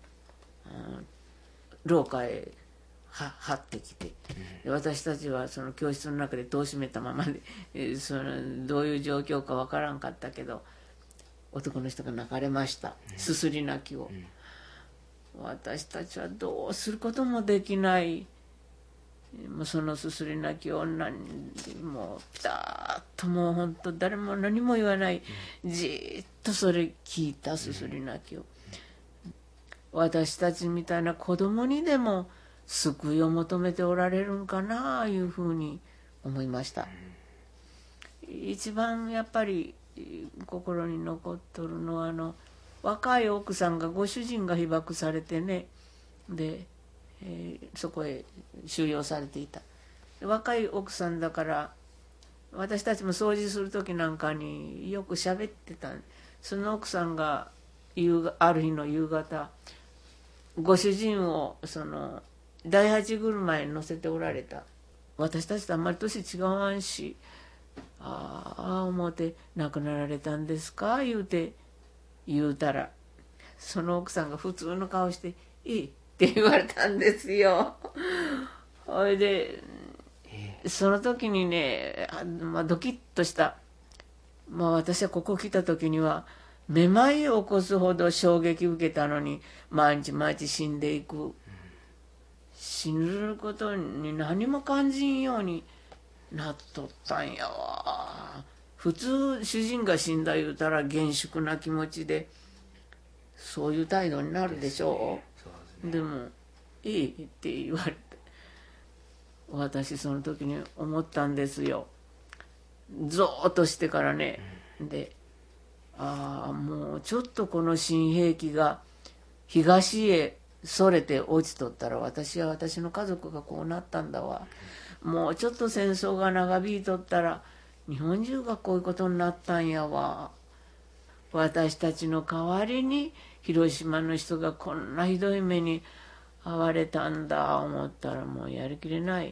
廊下へ張ってきて、で私たちはその教室の中で戸を閉めたままでどういう状況かわからんかったけど、男の人が泣かれました、すすり泣きを。私たちはどうすることもできない。そのすすり泣きをもうピタッと、もう本当誰も何も言わない、じーっとそれ聞いたすすり泣きを、私たちみたいな子供にでも救いを求めておられるんかないうふうに思いました。一番やっぱり心に残っとるのは若い奥さんが、ご主人が被爆されてね、で、そこへ収容されていた。若い奥さんだから私たちも掃除する時なんかによく喋ってた。その奥さんがある日の夕方、ご主人を第八車に乗せておられた。私たちとあんまり年違わんし、思うて亡くなられたんですか言うたら、その奥さんが普通の顔して、 って言われたんですよ。それで、その時にね、ドキッとした。私はここ来た時には、めまいを起こすほど衝撃受けたのに、毎日毎日死んでいく。死ぬことに何も感じんようになっとったんやわ。普通主人が死んだ言うたら厳粛な気持ちでそういう態度になるでしょう。でもいいって言われて、私その時に思ったんですよ。ゾーッとしてからね。で、もうちょっとこの新兵器が東へそれて落ちとったら、私は私の家族がこうなったんだわ。もうちょっと戦争が長引いとったら日本中がこういうことになったんやわ。私たちの代わりに広島の人がこんなひどい目に遭われたんだ思ったらもうやりきれない。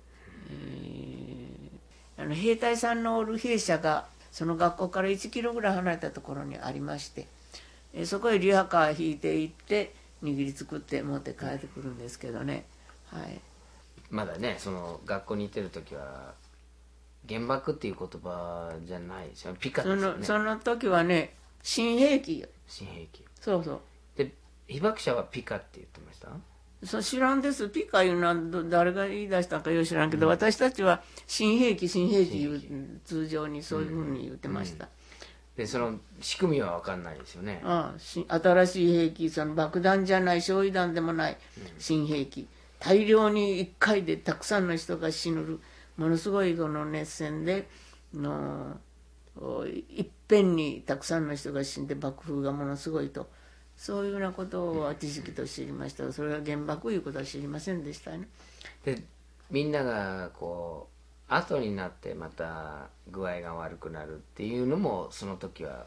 兵隊さんのおる兵舎がその学校から1キロぐらい離れたところにありまして、そこへリハカー引いていって握り作って持って帰ってくるんですけどね。はい、 まだね、その学校に行ってる時は原爆っていう言葉じゃないですよ。ピカですよね。 その時はね、新兵器よ。 新兵器。 そうそう。 で、被爆者はピカって言ってました？ 知らんです。ピカいうのは誰が言い出したかよく知らんけど、私たちは新兵器通常にそういうふうに言ってました。 で、その仕組みは分かんないですよね。 新しい兵器、その爆弾じゃない、焼夷弾でもない新兵器、大量に1回でたくさんの人が死ぬ、ものすごいこの熱戦でいっぺんにたくさんの人が死んで爆風がものすごいと、そういうようなことは知識と知りましたが、それが原爆いうことは知りませんでしたね。 で、みんながこう後になってまた具合が悪くなるっていうのもその時は、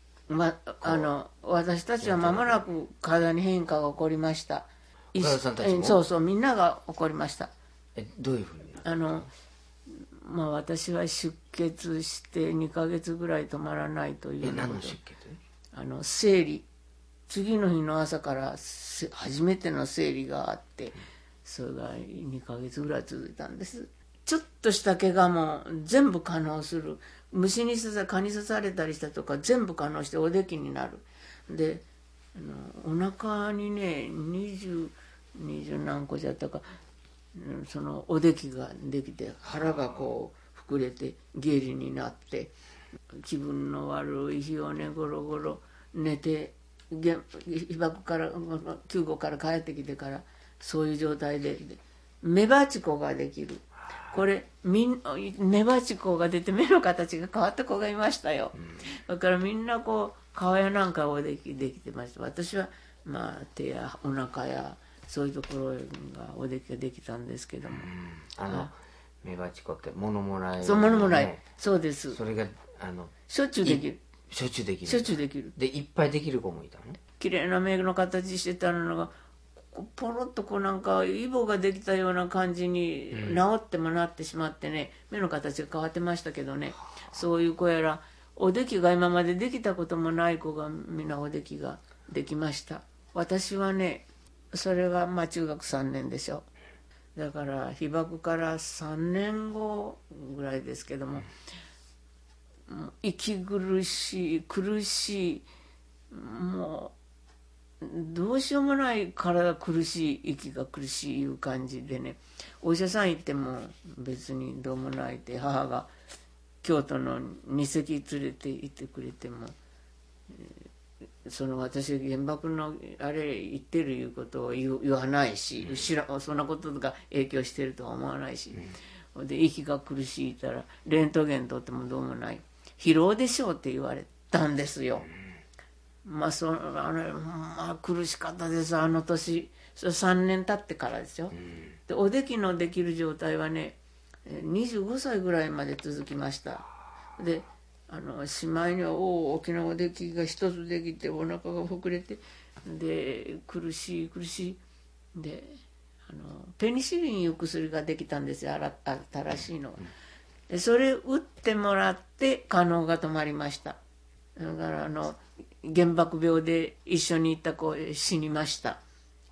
私たちは間もなく体に変化が起こりました。 岡田さんたちも？ そうそう、みんなが起こりました。 どういうふうになったの？ 私は出血して2ヶ月ぐらい止まらないという何の出血？ 生理、次の日の朝から初めての生理があって、それが2ヶ月ぐらい続いたんです。ちょっとした怪我も全部可能する。虫に蚊に刺されたりしたとか全部可能しておできになる。で、お腹にね、20何個じゃったか、そのおできができて、腹がこう膨れて下痢になって、気分の悪い日をね、ゴロゴロ寝て、被爆から救護から帰ってきてからそういう状態で目鉢子ができる。これ目鉢子が出て目の形が変わった子がいましたよ。だからみんなこう顔やなんかおできできてました。私は手やお腹やそういうところがおできができたんですけども、 目鉢子って物もらえる、ね、 そう、物もらえ、そうです。 それがしょっちゅうできる。 しょっちゅうできる。 しょっちゅうできる。 でいっぱいできる子もいたの？ 綺麗な目の形してたのがポロッとこうなんかイボができたような感じに治ってもなってしまってね、目の形が変わってましたけどね、そういう子やらおできが今までできたこともない子がみんなおできができました。私はね、それが中学3年でしょ。だから被爆から3年後ぐらいですけども、息苦しい苦しい、もうどうしようもない体苦しい、息が苦しいいう感じでね、お医者さん行っても別にどうもないって、母が京都の二隻連れて行ってくれても、その私原爆のあれ言ってるいうことを言わないし、そんなことが影響してるとは思わないし、で息が苦しいたらレントゲン取ってもどうもない、疲労でしょうって言われたんですよ。苦しかったです、あの年。それ3年経ってからですよ。でおできのできる状態はね、25歳ぐらいまで続きました。でしまいには大きなおできが一つできて、お腹が膨れて、で苦しいでペニシリンいう薬ができたんですよ、新しいの。でそれ打ってもらって化膿が止まりました。だから原爆病で一緒に行った子死にました。 本当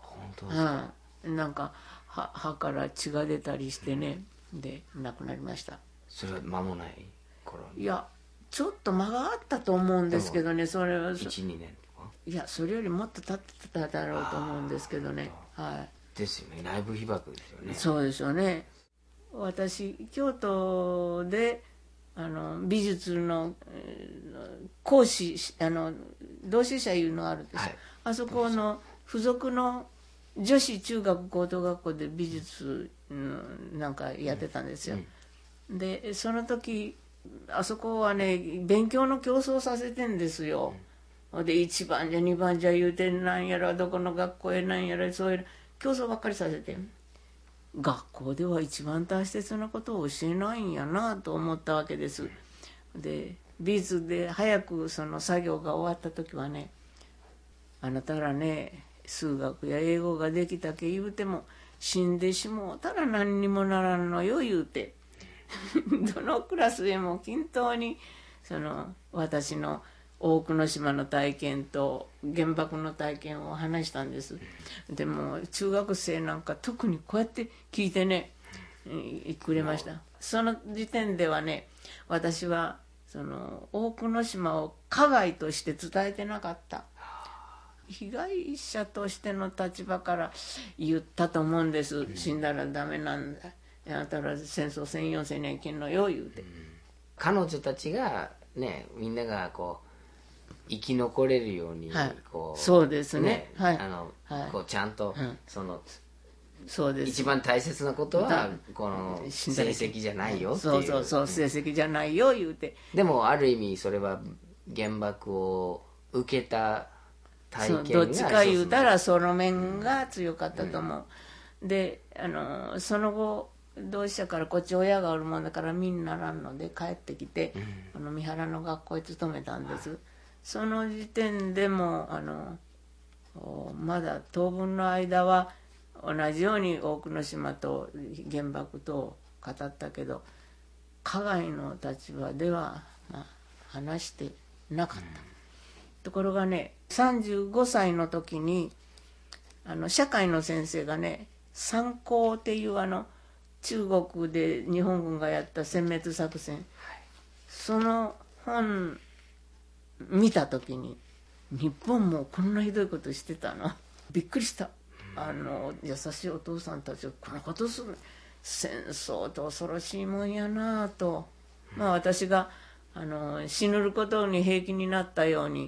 どうですか？ なんか歯から血が出たりしてね、で亡くなりました。 それは間もない頃に？ いやちょっと間があったと思うんですけどね、それは 12年とか？ いやそれよりもっと経ってただろうと思うんですけどね。 ですよね、内部被爆ですよね。 そうですよね。私京都で美術の講師同志社いうのがあるんです、あそこの付属の女子中学高等学校で美術なんかやってたんですよ、でその時あそこはね勉強の競争させてんですよ、で1番じゃ2番じゃ言うてなんやらどこの学校へなんやらそういう競争ばっかりさせて、学校では一番大切なことを教えないんやなと思ったわけです。で美術で早くその作業が終わった時はね、あなたらね数学や英語ができたけ言うても死んでしもうたら何にもならんのよ言うてどのクラスでも均等にその私の大久野島の体験と原爆の体験を話したんです。でも中学生なんか特にこうやって聞いてねくれました。その時点ではね私はその大久野島を加害として伝えてなかった、被害者としての立場から言ったと思うんです、死んだらダメなんだ、あなたら戦争せんようせにゃいけんのよ言うて、 彼女たちがねみんながこう生き残れるようにこう、 そうですね、 こうちゃんとそのそうです、 一番大切なことはこの成績じゃないよっていう、 そう成績じゃないよ言うて、 でもある意味それは原爆を受けた体験がどっちか言うたらその面が強かったと思う、でその後同志社からこっち親がおるもんだからみんならんので帰ってきて、三原の学校へ勤めたんです。その時点でもまだ当分の間は同じように大久野島と原爆と語ったけど加害の立場では、話してなかった、ところがね35歳の時に社会の先生がね三考っていう中国で日本軍がやった殲滅作戦、その本見た時に日本もこんなひどいことしてたのびっくりした。優しいお父さんたちがこんなことする、戦争って恐ろしいもんやなと、私が死ぬることに平気になったように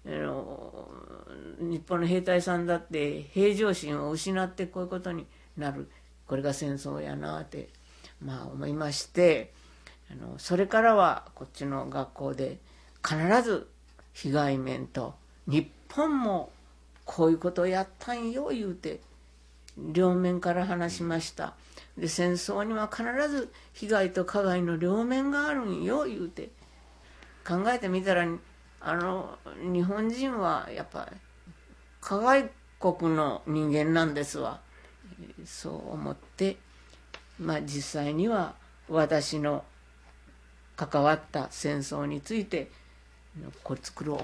日本の兵隊さんだって平常心を失ってこういうことになる、これが戦争やなって思いまして、それからはこっちの学校で必ず被害面と日本もこういうことをやったんよ言うて両面から話しました。で戦争には必ず被害と加害の両面があるんよ言うて、考えてみたら日本人はやっぱり加害国の人間なんですわ、そう思って、実際には私の関わった戦争についてこれ作ろう思って、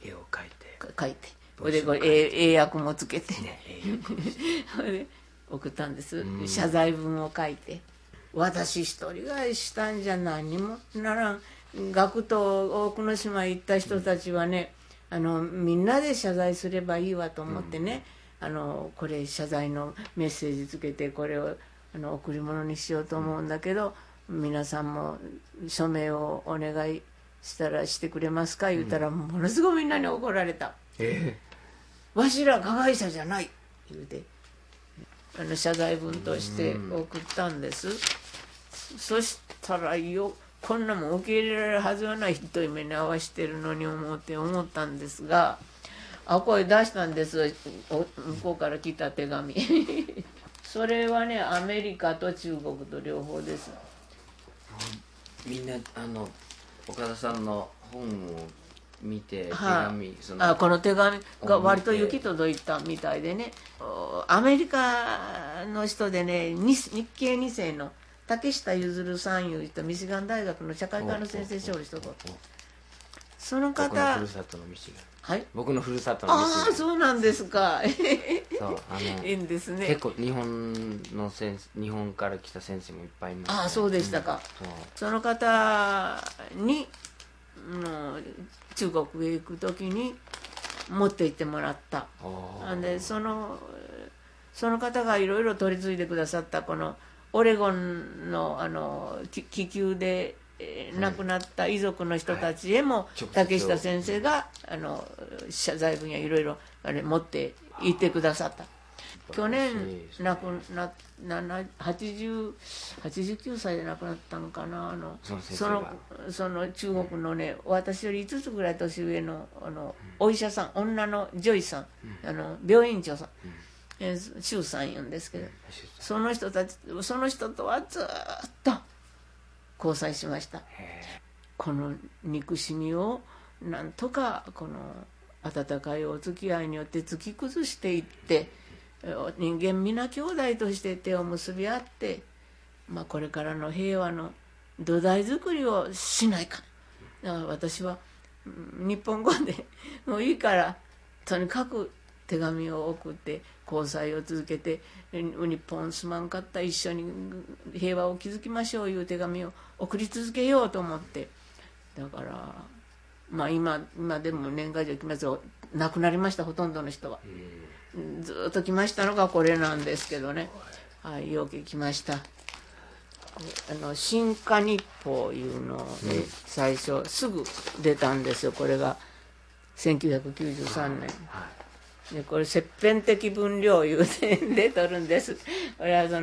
絵を描いてそれで英訳もつけて、それで送ったんです、謝罪文を書いて、私一人がしたんじゃ何にもならん、学徒大久野島行った人たちはねみんなで謝罪すればいいわと思ってね、これ謝罪のメッセージつけてこれを贈り物にしようと思うんだけど、皆さんも署名をお願いしたらしてくれますか言うたら、ものすごいみんなに怒られた、わしら加害者じゃない言うて謝罪文として送ったんです、そしたらこんなもん受け入れられるはずはない、ひどい目に遭わしてるのに思ったんですが、これ出したんです、向こうから来た手紙それはねアメリカと中国と両方です。 みんな岡田さんの本を見て手紙、 この手紙が割と行き届いたみたいでね、アメリカの人でね日系2世の竹下譲さんいう人、ミシガン大学の社会科の先生しておる人と、 その方、 僕のふるさとの道が、 はい、 僕のふるさとの道が、 ああそうなんですか。 そういいんですね。 結構日本から来た先生もいっぱいいます、ね、 ああそうでしたか、その方に中国へ行く時に持って行ってもらった。でその方がいろいろ取り継いでくださったこのオレゴンの気球で亡くなった遺族の人たちへも、竹下先生が謝罪文やいろいろ持って行ってくださった。去年亡くな89歳で亡くなったのかな。その中国のね、私より5つぐらい年上のお医者さん、女の女医さん、病院長さん、周さん言うんですけど、その人とはずっと交際しました。この憎しみをなんとかこの温かいお付き合いによって突き崩していって、人間皆兄弟として手を結び合って、これからの平和の土台作りをしないか。だから私は日本語でもういいからとにかく手紙を送って交際を続けて、日本すまんかった、一緒に平和を築きましょういう手紙を送り続けようと思って、だから今でも年賀状来ますよ。亡くなりました、ほとんどの人は。ずっと来ましたのがこれなんですけどね。はい、よう来ました。新華日報いうので、最初すぐ出たんですよ。これが1993年。でこれ切片的分量いう点で取るんです。これは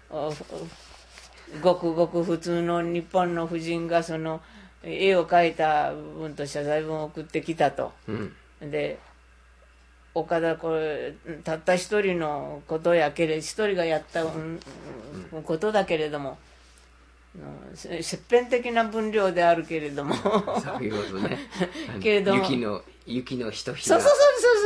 ごくごく普通の日本の婦人がその絵を描いた文と謝罪文を送ってきたと。で岡田、これたった一人のことやけれ、一人がやったことだけれども、切片的な分量であるけれども、 そういうことね。けれども雪の一ひら、 そう、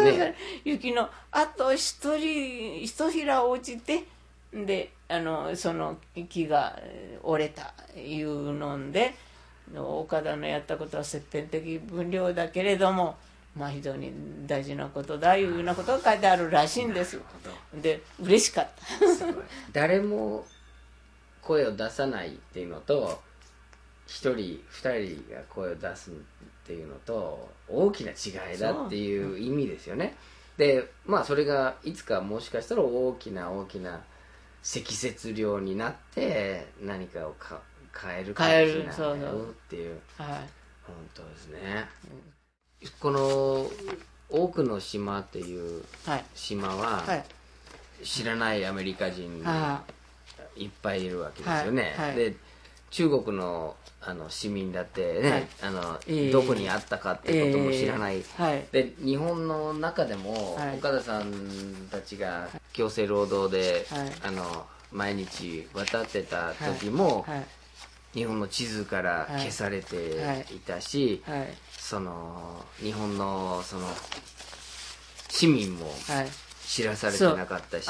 ね、雪のあと一ひら落ちて、でその木が折れたいうので、岡田のやったことは切片的分量だけれども、非常に大事なことだいうようなことが書いてあるらしいんです。で嬉しかった。 誰も声を出さないっていうのと、1人2人が声を出すっていうのと大きな違いだっていう意味ですよね。でそれがいつかもしかしたら大きな積雪量になって何かを変えるかもしれないっていう、本当ですね。この多くの島っていう島は、知らないアメリカ人いっぱいいるわけですよね。で中国の市民だってね、どこにあったかってことも知らない、で日本の中でも、岡田さんたちが強制労働で、毎日渡ってた時も、日本の地図から消されていたし、日本の市民も知らされてなかったし、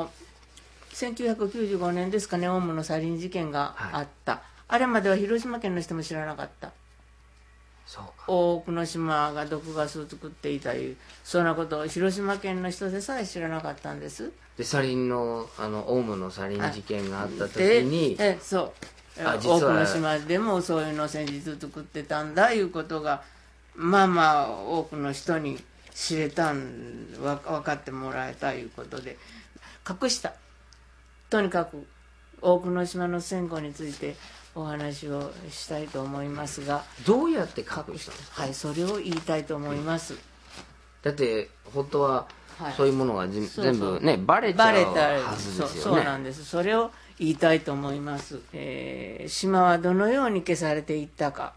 1995年ですかね、オウムのサリン事件があった、あれまでは広島県の人も知らなかった。大久野島が毒ガスを作っていたいう、そんなことを広島県の人でさえ知らなかったんです。 でサリンのオウムのサリン事件があった時に、 そう大久野島でもそういうの戦術作ってたんだいうことが多くの人に知れた分かってもらえたいうことで隠した。とにかく大久野島の戦後についてお話をしたいと思いますが、 どうやって隠したんですか？ それを言いたいと思います。 だって本当はそういうものが全部ねバレちゃうはずですよね。 そうなんです。それを言いたいと思います。島はどのように消されていったか。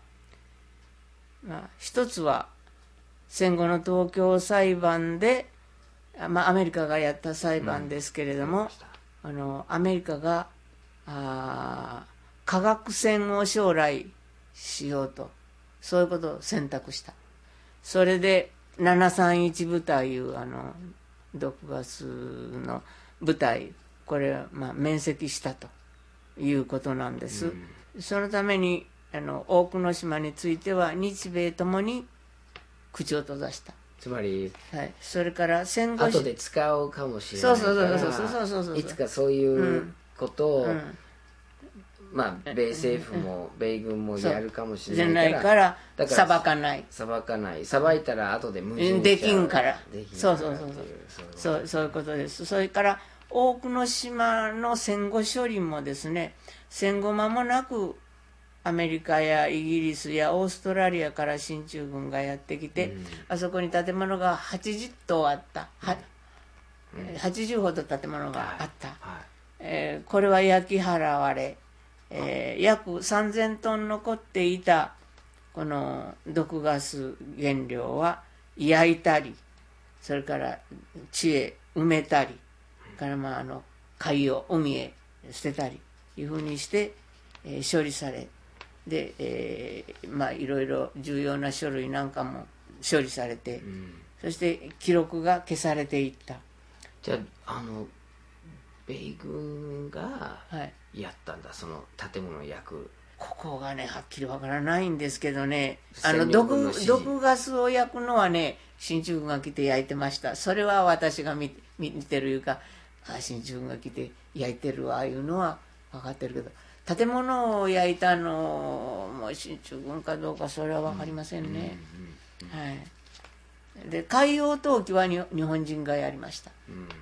一つは戦後の東京裁判で、アメリカがやった裁判ですけれども、アメリカが化学戦を将来しようと、そういうことを選択した。それで731部隊いう毒ガスの部隊、これは免責したということなんです。そのために大久野島については日米ともに口を閉ざした。 つまり、 はい、それから戦後後で使うかもしれないからいつかそういうことを、まあ米政府も米軍もやるかもしれないから裁かない裁いたら後で無人できんからそういうことです。それから大久野島の戦後処理もですね、戦後間もなくアメリカやイギリスやオーストラリアから進駐軍がやってきて、あそこに建物が80棟あった、80ほど建物があった、これは焼き払われ、約3000トン残っていたこの毒ガス原料は焼いたり、それから地へ埋めたりから海洋海へ捨てたりいうふうにして、処理されで、いろいろ重要な書類なんかも処理されて、そして記録が消されていった。 じゃあ米軍がやったんだ、その建物を焼く。 ここがねはっきりわからないんですけどね、毒ガスを焼くのはね進駐軍が来て焼いてました。それは私が見てるいうか、進駐軍が来て焼いてるああいうのは分かってるけど、建物を焼いたのも進駐軍かどうかそれは分かりませんね。で海洋投棄は日本人がやりました。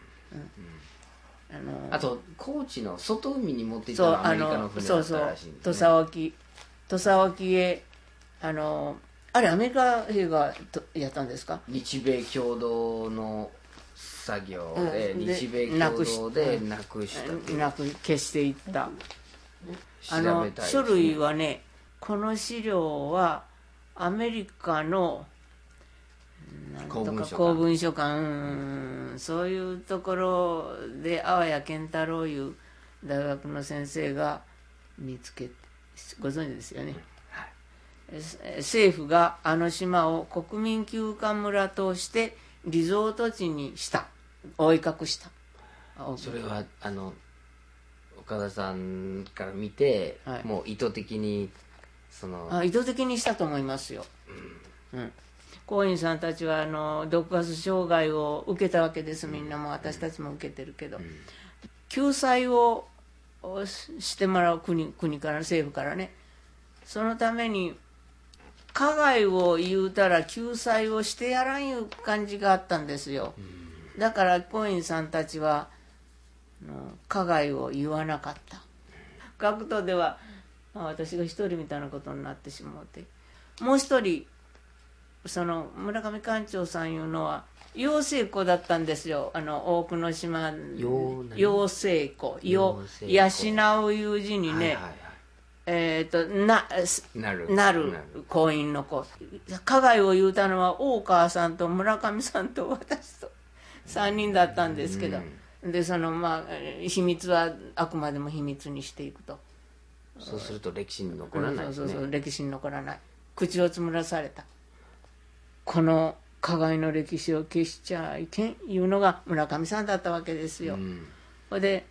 あと高知の外海に持っていったのはアメリカの船だったらしいんですね。土佐沖へあれアメリカ兵がやったんですか。 日米共同の作業で、日米共同でなくした消していった。書類はね、この資料はアメリカの公文書館、そういうところで阿波谷健太郎いう大学の先生が見つけて、ご存知ですよね、政府があの島を国民休暇村としてリゾート地にした覆い隠した。 それは岡田さんから見て、もう意図的に意図的にしたと思いますよ。工員さんたちは毒ガス障害を受けたわけです。みんなも私たちも受けてるけど、救済をしてもらう国から政府からね、そのために加害を言うたら救済をしてやらんいう感じがあったんですよ。だから工員さんたちは加害を言わなかった。学徒では、私が一人みたいなことになってしまって、もう一人その村上館長さんいうのは養成校だったんですよ。大久野島養成校、養ういう字にね、なる校員の子。加害を言うたのは大川さんと村上さんと私と3人だったんですけど、で秘密はあくまでも秘密にしていくと。 そうすると歴史に残らないですね。 そう歴史に残らない。口をつむらされた。この加害の歴史を消しちゃいけんいうのが村上さんだったわけですよ。それで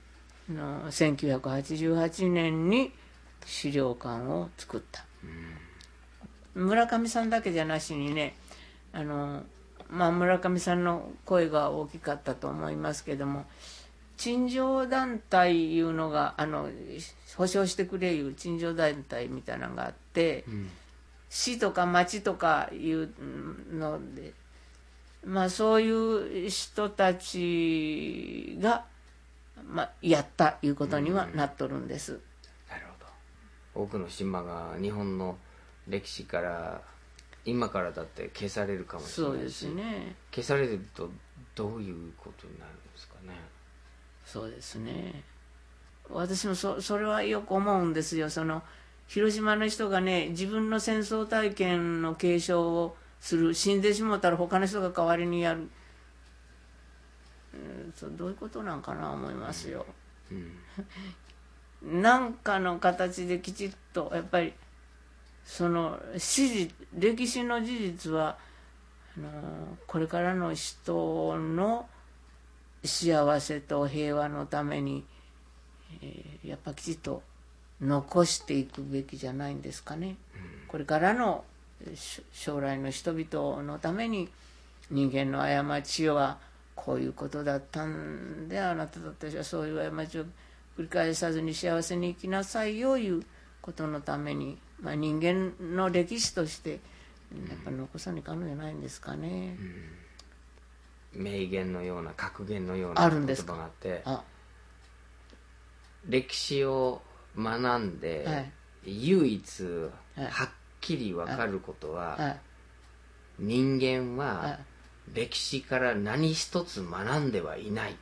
1988年に資料館を作った。村上さんだけじゃなしにね、村上さんの声が大きかったと思いますけども、陳情団体いうのが保証してくれいう陳情団体みたいなのがあって、市とか町とかいうので、そういう人たちが、やったいうことにはなっとるんです。 なるほど。多くの島が日本の歴史から今からだって消されるかもしれないし、 そうですね。 消されるとどういうことになるんですかね。 そうですね。私もそれはよく思うんですよ。広島の人がね、自分の戦争体験の継承をする、死んでしもたら他の人が代わりにやる、どういうことなんかな思いますよ。何かの形できちっとやっぱり歴史の事実はこれからの人の幸せと平和のために、やっぱきちっと残していくべきじゃないんですかね。これからの将来の人々のために人間の過ちはこういうことだったんで、あなたたちはそういう過ちを繰り返さずに幸せに生きなさいよいうことのために、人間の歴史としてやっぱ残さにかんのじゃないんですかね。 名言のような格言のような言葉があって、歴史を学んで、唯一はっきり分かることは、人間は歴史から何一つ学んではいない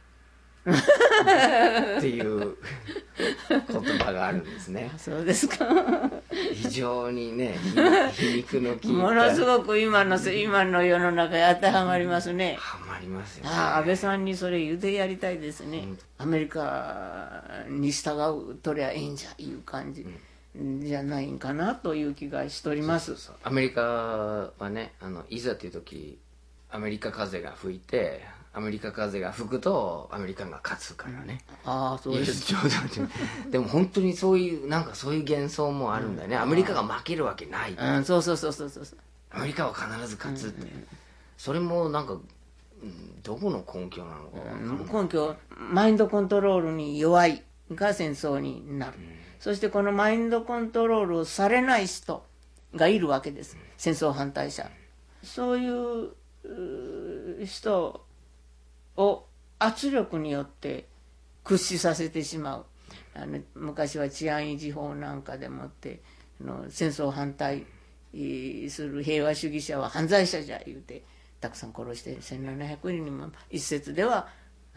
っていう言葉があるんですね。 そうですか。 非常にね、皮肉の効いた、 ものすごく今の世の中に当てはまりますね。 はまりますよね。 安倍さんにそれ言うてやりたいですね。アメリカに従うとりゃいいんじゃいう感じじゃないんかなという気がしております。 アメリカはね、いざという時アメリカ風が吹いて、アメリカ風が吹くとアメリカが勝つからね。 そうです。 でも本当にそういうそういう幻想もあるんだよね。アメリカが負けるわけない。 そう。 アメリカは必ず勝つって。それもどこの根拠なのかな。 根拠、マインドコントロールに弱いが戦争になる。そしてこのマインドコントロールをされない人がいるわけです。戦争反対者。そういう人を圧力によって屈死させてしまう。昔は治安維持法なんかでもって戦争反対する平和主義者は犯罪者じゃ言うてたくさん殺して1700人にも一説では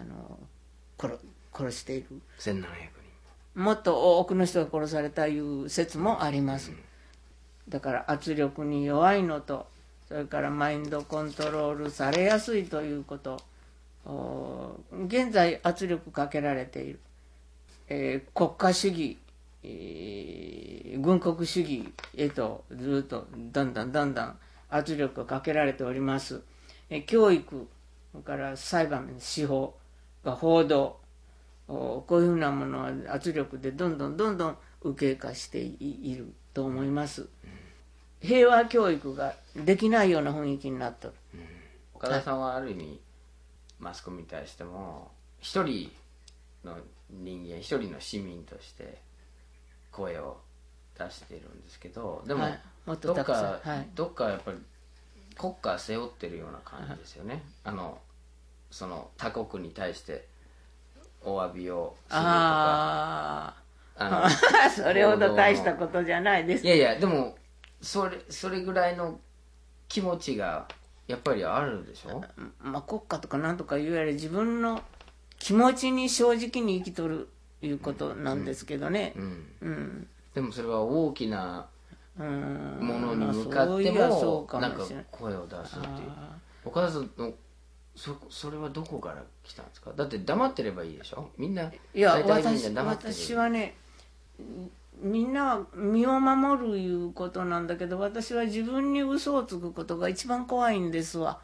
殺している。 1700人もっと多くの人が殺されたいう説もあります。だから圧力に弱いのと、それからマインドコントロールされやすいということ、現在圧力かけられている、国家主義、軍国主義へとずっとだんだん圧力がかけられております。教育、それから裁判、司法、報道、こういうふうなものは圧力でどんどん右傾化していると思います。平和教育ができないような雰囲気になっている。 岡田さんはある意味マスコミに対しても一人の人間、一人の市民として声を出しているんですけど、でも、どっかやっぱり国家背負ってるような感じですよね。その他国に対してお詫びをするとか。 それほど大したことじゃないです。 いやでもそれぐらいの気持ちがやっぱりあるでしょ。 国家とかなんとかいうより自分の気持ちに正直に生きとるいうことなんですけどね。 でもそれは大きなものに向かっても声を出すっていう。岡田さんのそれはどこから来たんですか。だって黙ってればいいでしょ。みんな私はね、みんなは身を守るいうことなんだけど、私は自分に嘘をつくことが一番怖いんですわ。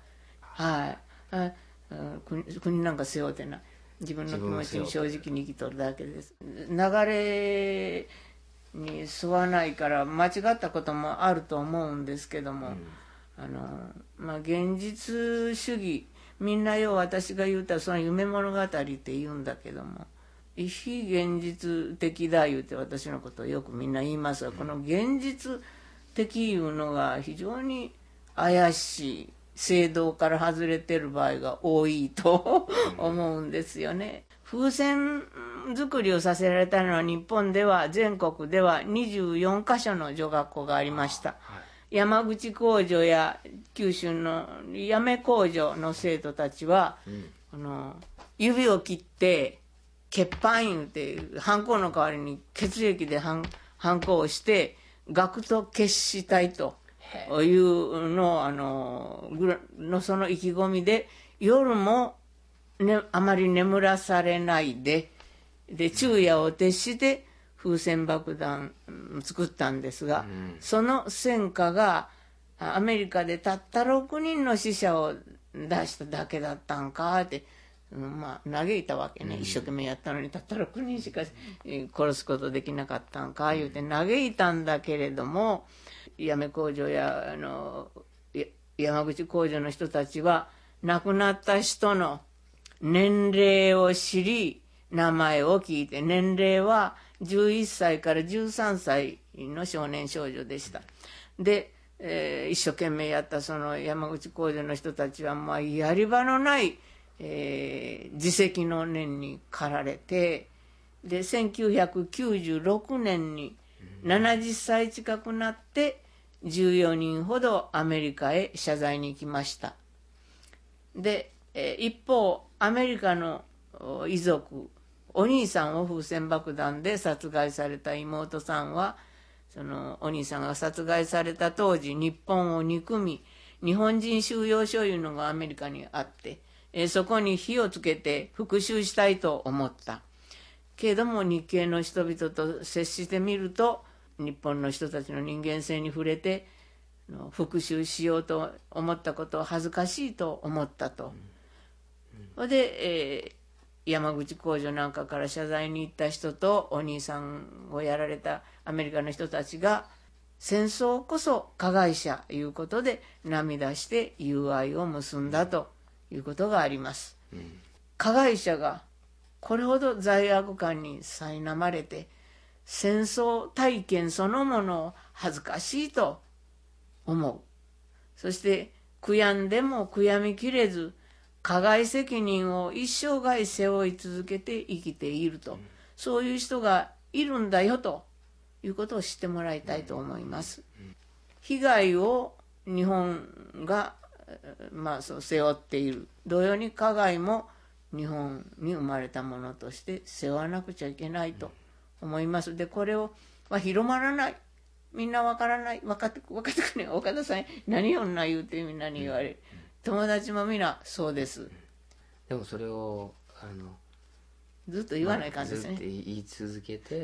国なんか背負ってない。自分の気持ちに正直に生きとるだけです。流れに沿わないから間違ったこともあると思うんですけども、現実主義、みんな私が言うたらその夢物語って言うんだけども、非現実的だ言うて私のことをよくみんな言いますが、この現実的いうのが非常に怪しい、正道から外れてる場合が多いと思うんですよね。風船作りをさせられたのは日本では全国では24カ所の女学校がありました。山口工場や九州の八女工場の生徒たちは、指を切って血板言うてハンコの代わりに血液でハンコをして学徒決死隊というのその意気込みで夜も、あまり眠らされないで昼夜を徹して風船爆弾作ったんですが、その戦果がアメリカでたった6人の死者を出しただけだったんかって嘆いたわけね。一生懸命やったのにたった6人しか殺すことできなかったんか言うて嘆いたんだけれども、 八女工場や山口工場の人たちは亡くなった人の年齢を知り、名前を聞いて、年齢は11歳から13歳の少年少女でした。で、一生懸命やったその山口工場の人たちは、まあ、やり場のない、自責の念に駆られて、で、1996年に70歳近くなって、14人ほどアメリカへ謝罪に行きました。で、一方、アメリカの遺族、お兄さんを風船爆弾で殺害された妹さんは、そのお兄さんが殺害された当時、日本を憎み、日本人収容所いうのがアメリカにあって、そこに火をつけて復讐したいと思った。けれども日系の人々と接してみると、日本の人たちの人間性に触れて、復讐しようと思ったことを恥ずかしいと思ったと。それで、山口工場なんかから謝罪に行った人とお兄さんをやられたアメリカの人たちが、戦争こそ加害者いうことで涙して友愛を結んだということがあります。加害者がこれほど罪悪感に苛まれて、戦争体験そのものを恥ずかしいと思う。そして悔やんでも悔やみきれず、加害責任を一生涯背負い続けて生きていると、そういう人がいるんだよということを知ってもらいたいと思います。被害を日本が、そう背負っている。同様に加害も日本に生まれたものとして背負わなくちゃいけないと思います。で、これは広まらない。みんなわからない。分かってくれ。岡田さん何を女言うてみんなに言われる。友達もみんなそうです。 でもそれをずっと言わないかんですね。 ずっと言い続けて、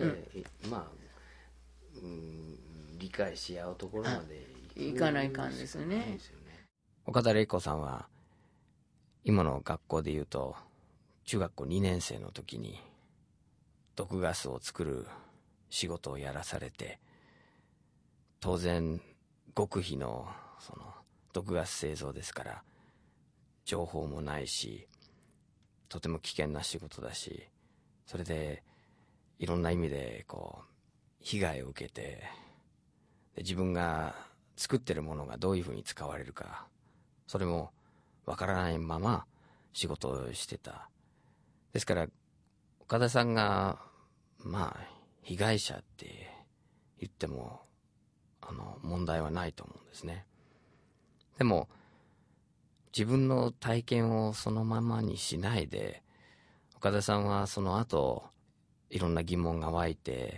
理解し合うところまでいかないかんですよね。 岡田玲子さんは今の学校でいうと中学校2年生の時に毒ガスを作る仕事をやらされて、当然極秘のその毒ガス製造ですから情報もないし、とても危険な仕事だし、それでいろんな意味で被害を受けて、で自分が作ってるものがどういうふうに使われるか、それもわからないまま仕事をしてた。ですから岡田さんが被害者って言っても問題はないと思うんですね。でも自分の体験をそのままにしないで、岡田さんはその後いろんな疑問が湧いて、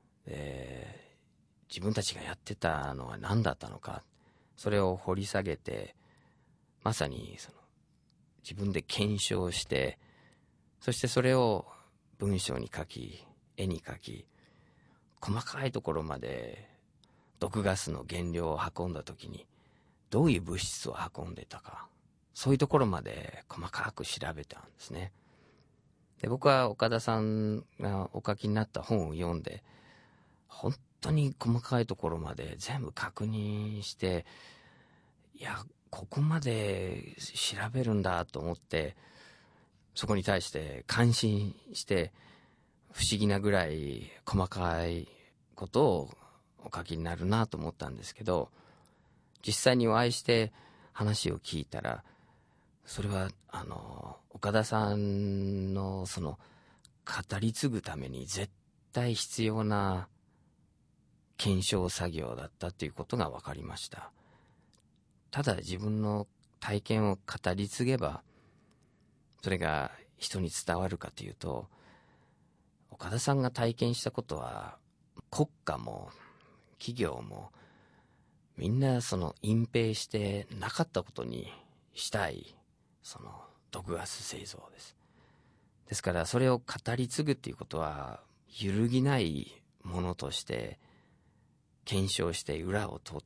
自分たちがやってたのは何だったのか、それを掘り下げて、まさに自分で検証して、そしてそれを文章に書き、絵に書き、細かいところまで毒ガスの原料を運んだ時にどういう物質を運んでたか、そういうところまで細かく調べたんですね。で、僕は岡田さんがお書きになった本を読んで、本当に細かいところまで全部確認して、いや、ここまで調べるんだと思って、そこに対して感心して、不思議なぐらい細かいことをお書きになるなと思ったんですけど、実際にお会いして話を聞いたら、それは岡田さんのその語り継ぐために絶対必要な検証作業だったということが分かりました。ただ自分の体験を語り継げばそれが人に伝わるかというと、岡田さんが体験したことは国家も企業もみんなその隠蔽してなかったことにしたい、その毒ガス製造です。ですからそれを語り継ぐっていうことは揺るぎないものとして検証して裏を取って、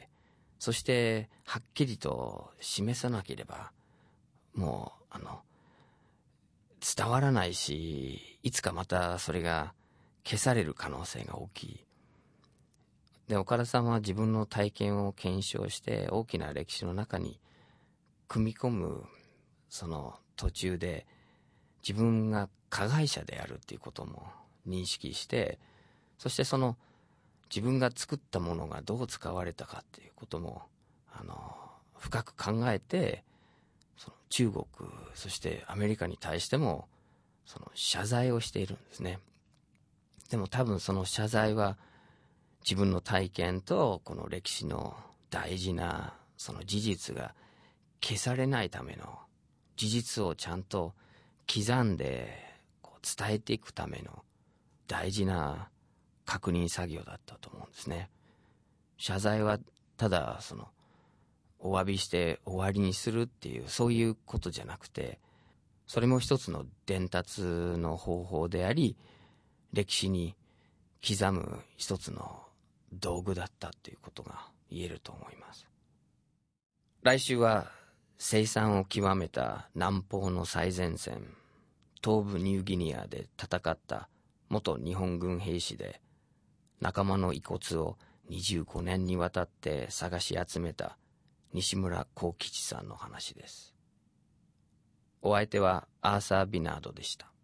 そしてはっきりと示さなければもう伝わらないし、いつかまたそれが消される可能性が大きい。 で、岡田さんは自分の体験を検証して大きな歴史の中に組み込むその途中で、自分が加害者であるっていうことも認識して、そしてその自分が作ったものがどう使われたかっていうことも深く考えて、その中国そしてアメリカに対してもその謝罪をしているんですね。でも多分その謝罪は自分の体験とこの歴史の大事なその事実が消されないための、事実をちゃんと刻んでこう伝えていくための大事な確認作業だったと思うんですね。謝罪はただそのお詫びして終わりにするっていう、そういうことじゃなくて、それも一つの伝達の方法であり、歴史に刻む一つの道具だったということが言えると思います。来週は凄惨を極めた南方の最前線、東部ニューギニアで戦った元日本軍兵士で、仲間の遺骨を25年にわたって探し集めた西村幸吉さんの話です。お相手はアーサー・ビナードでした。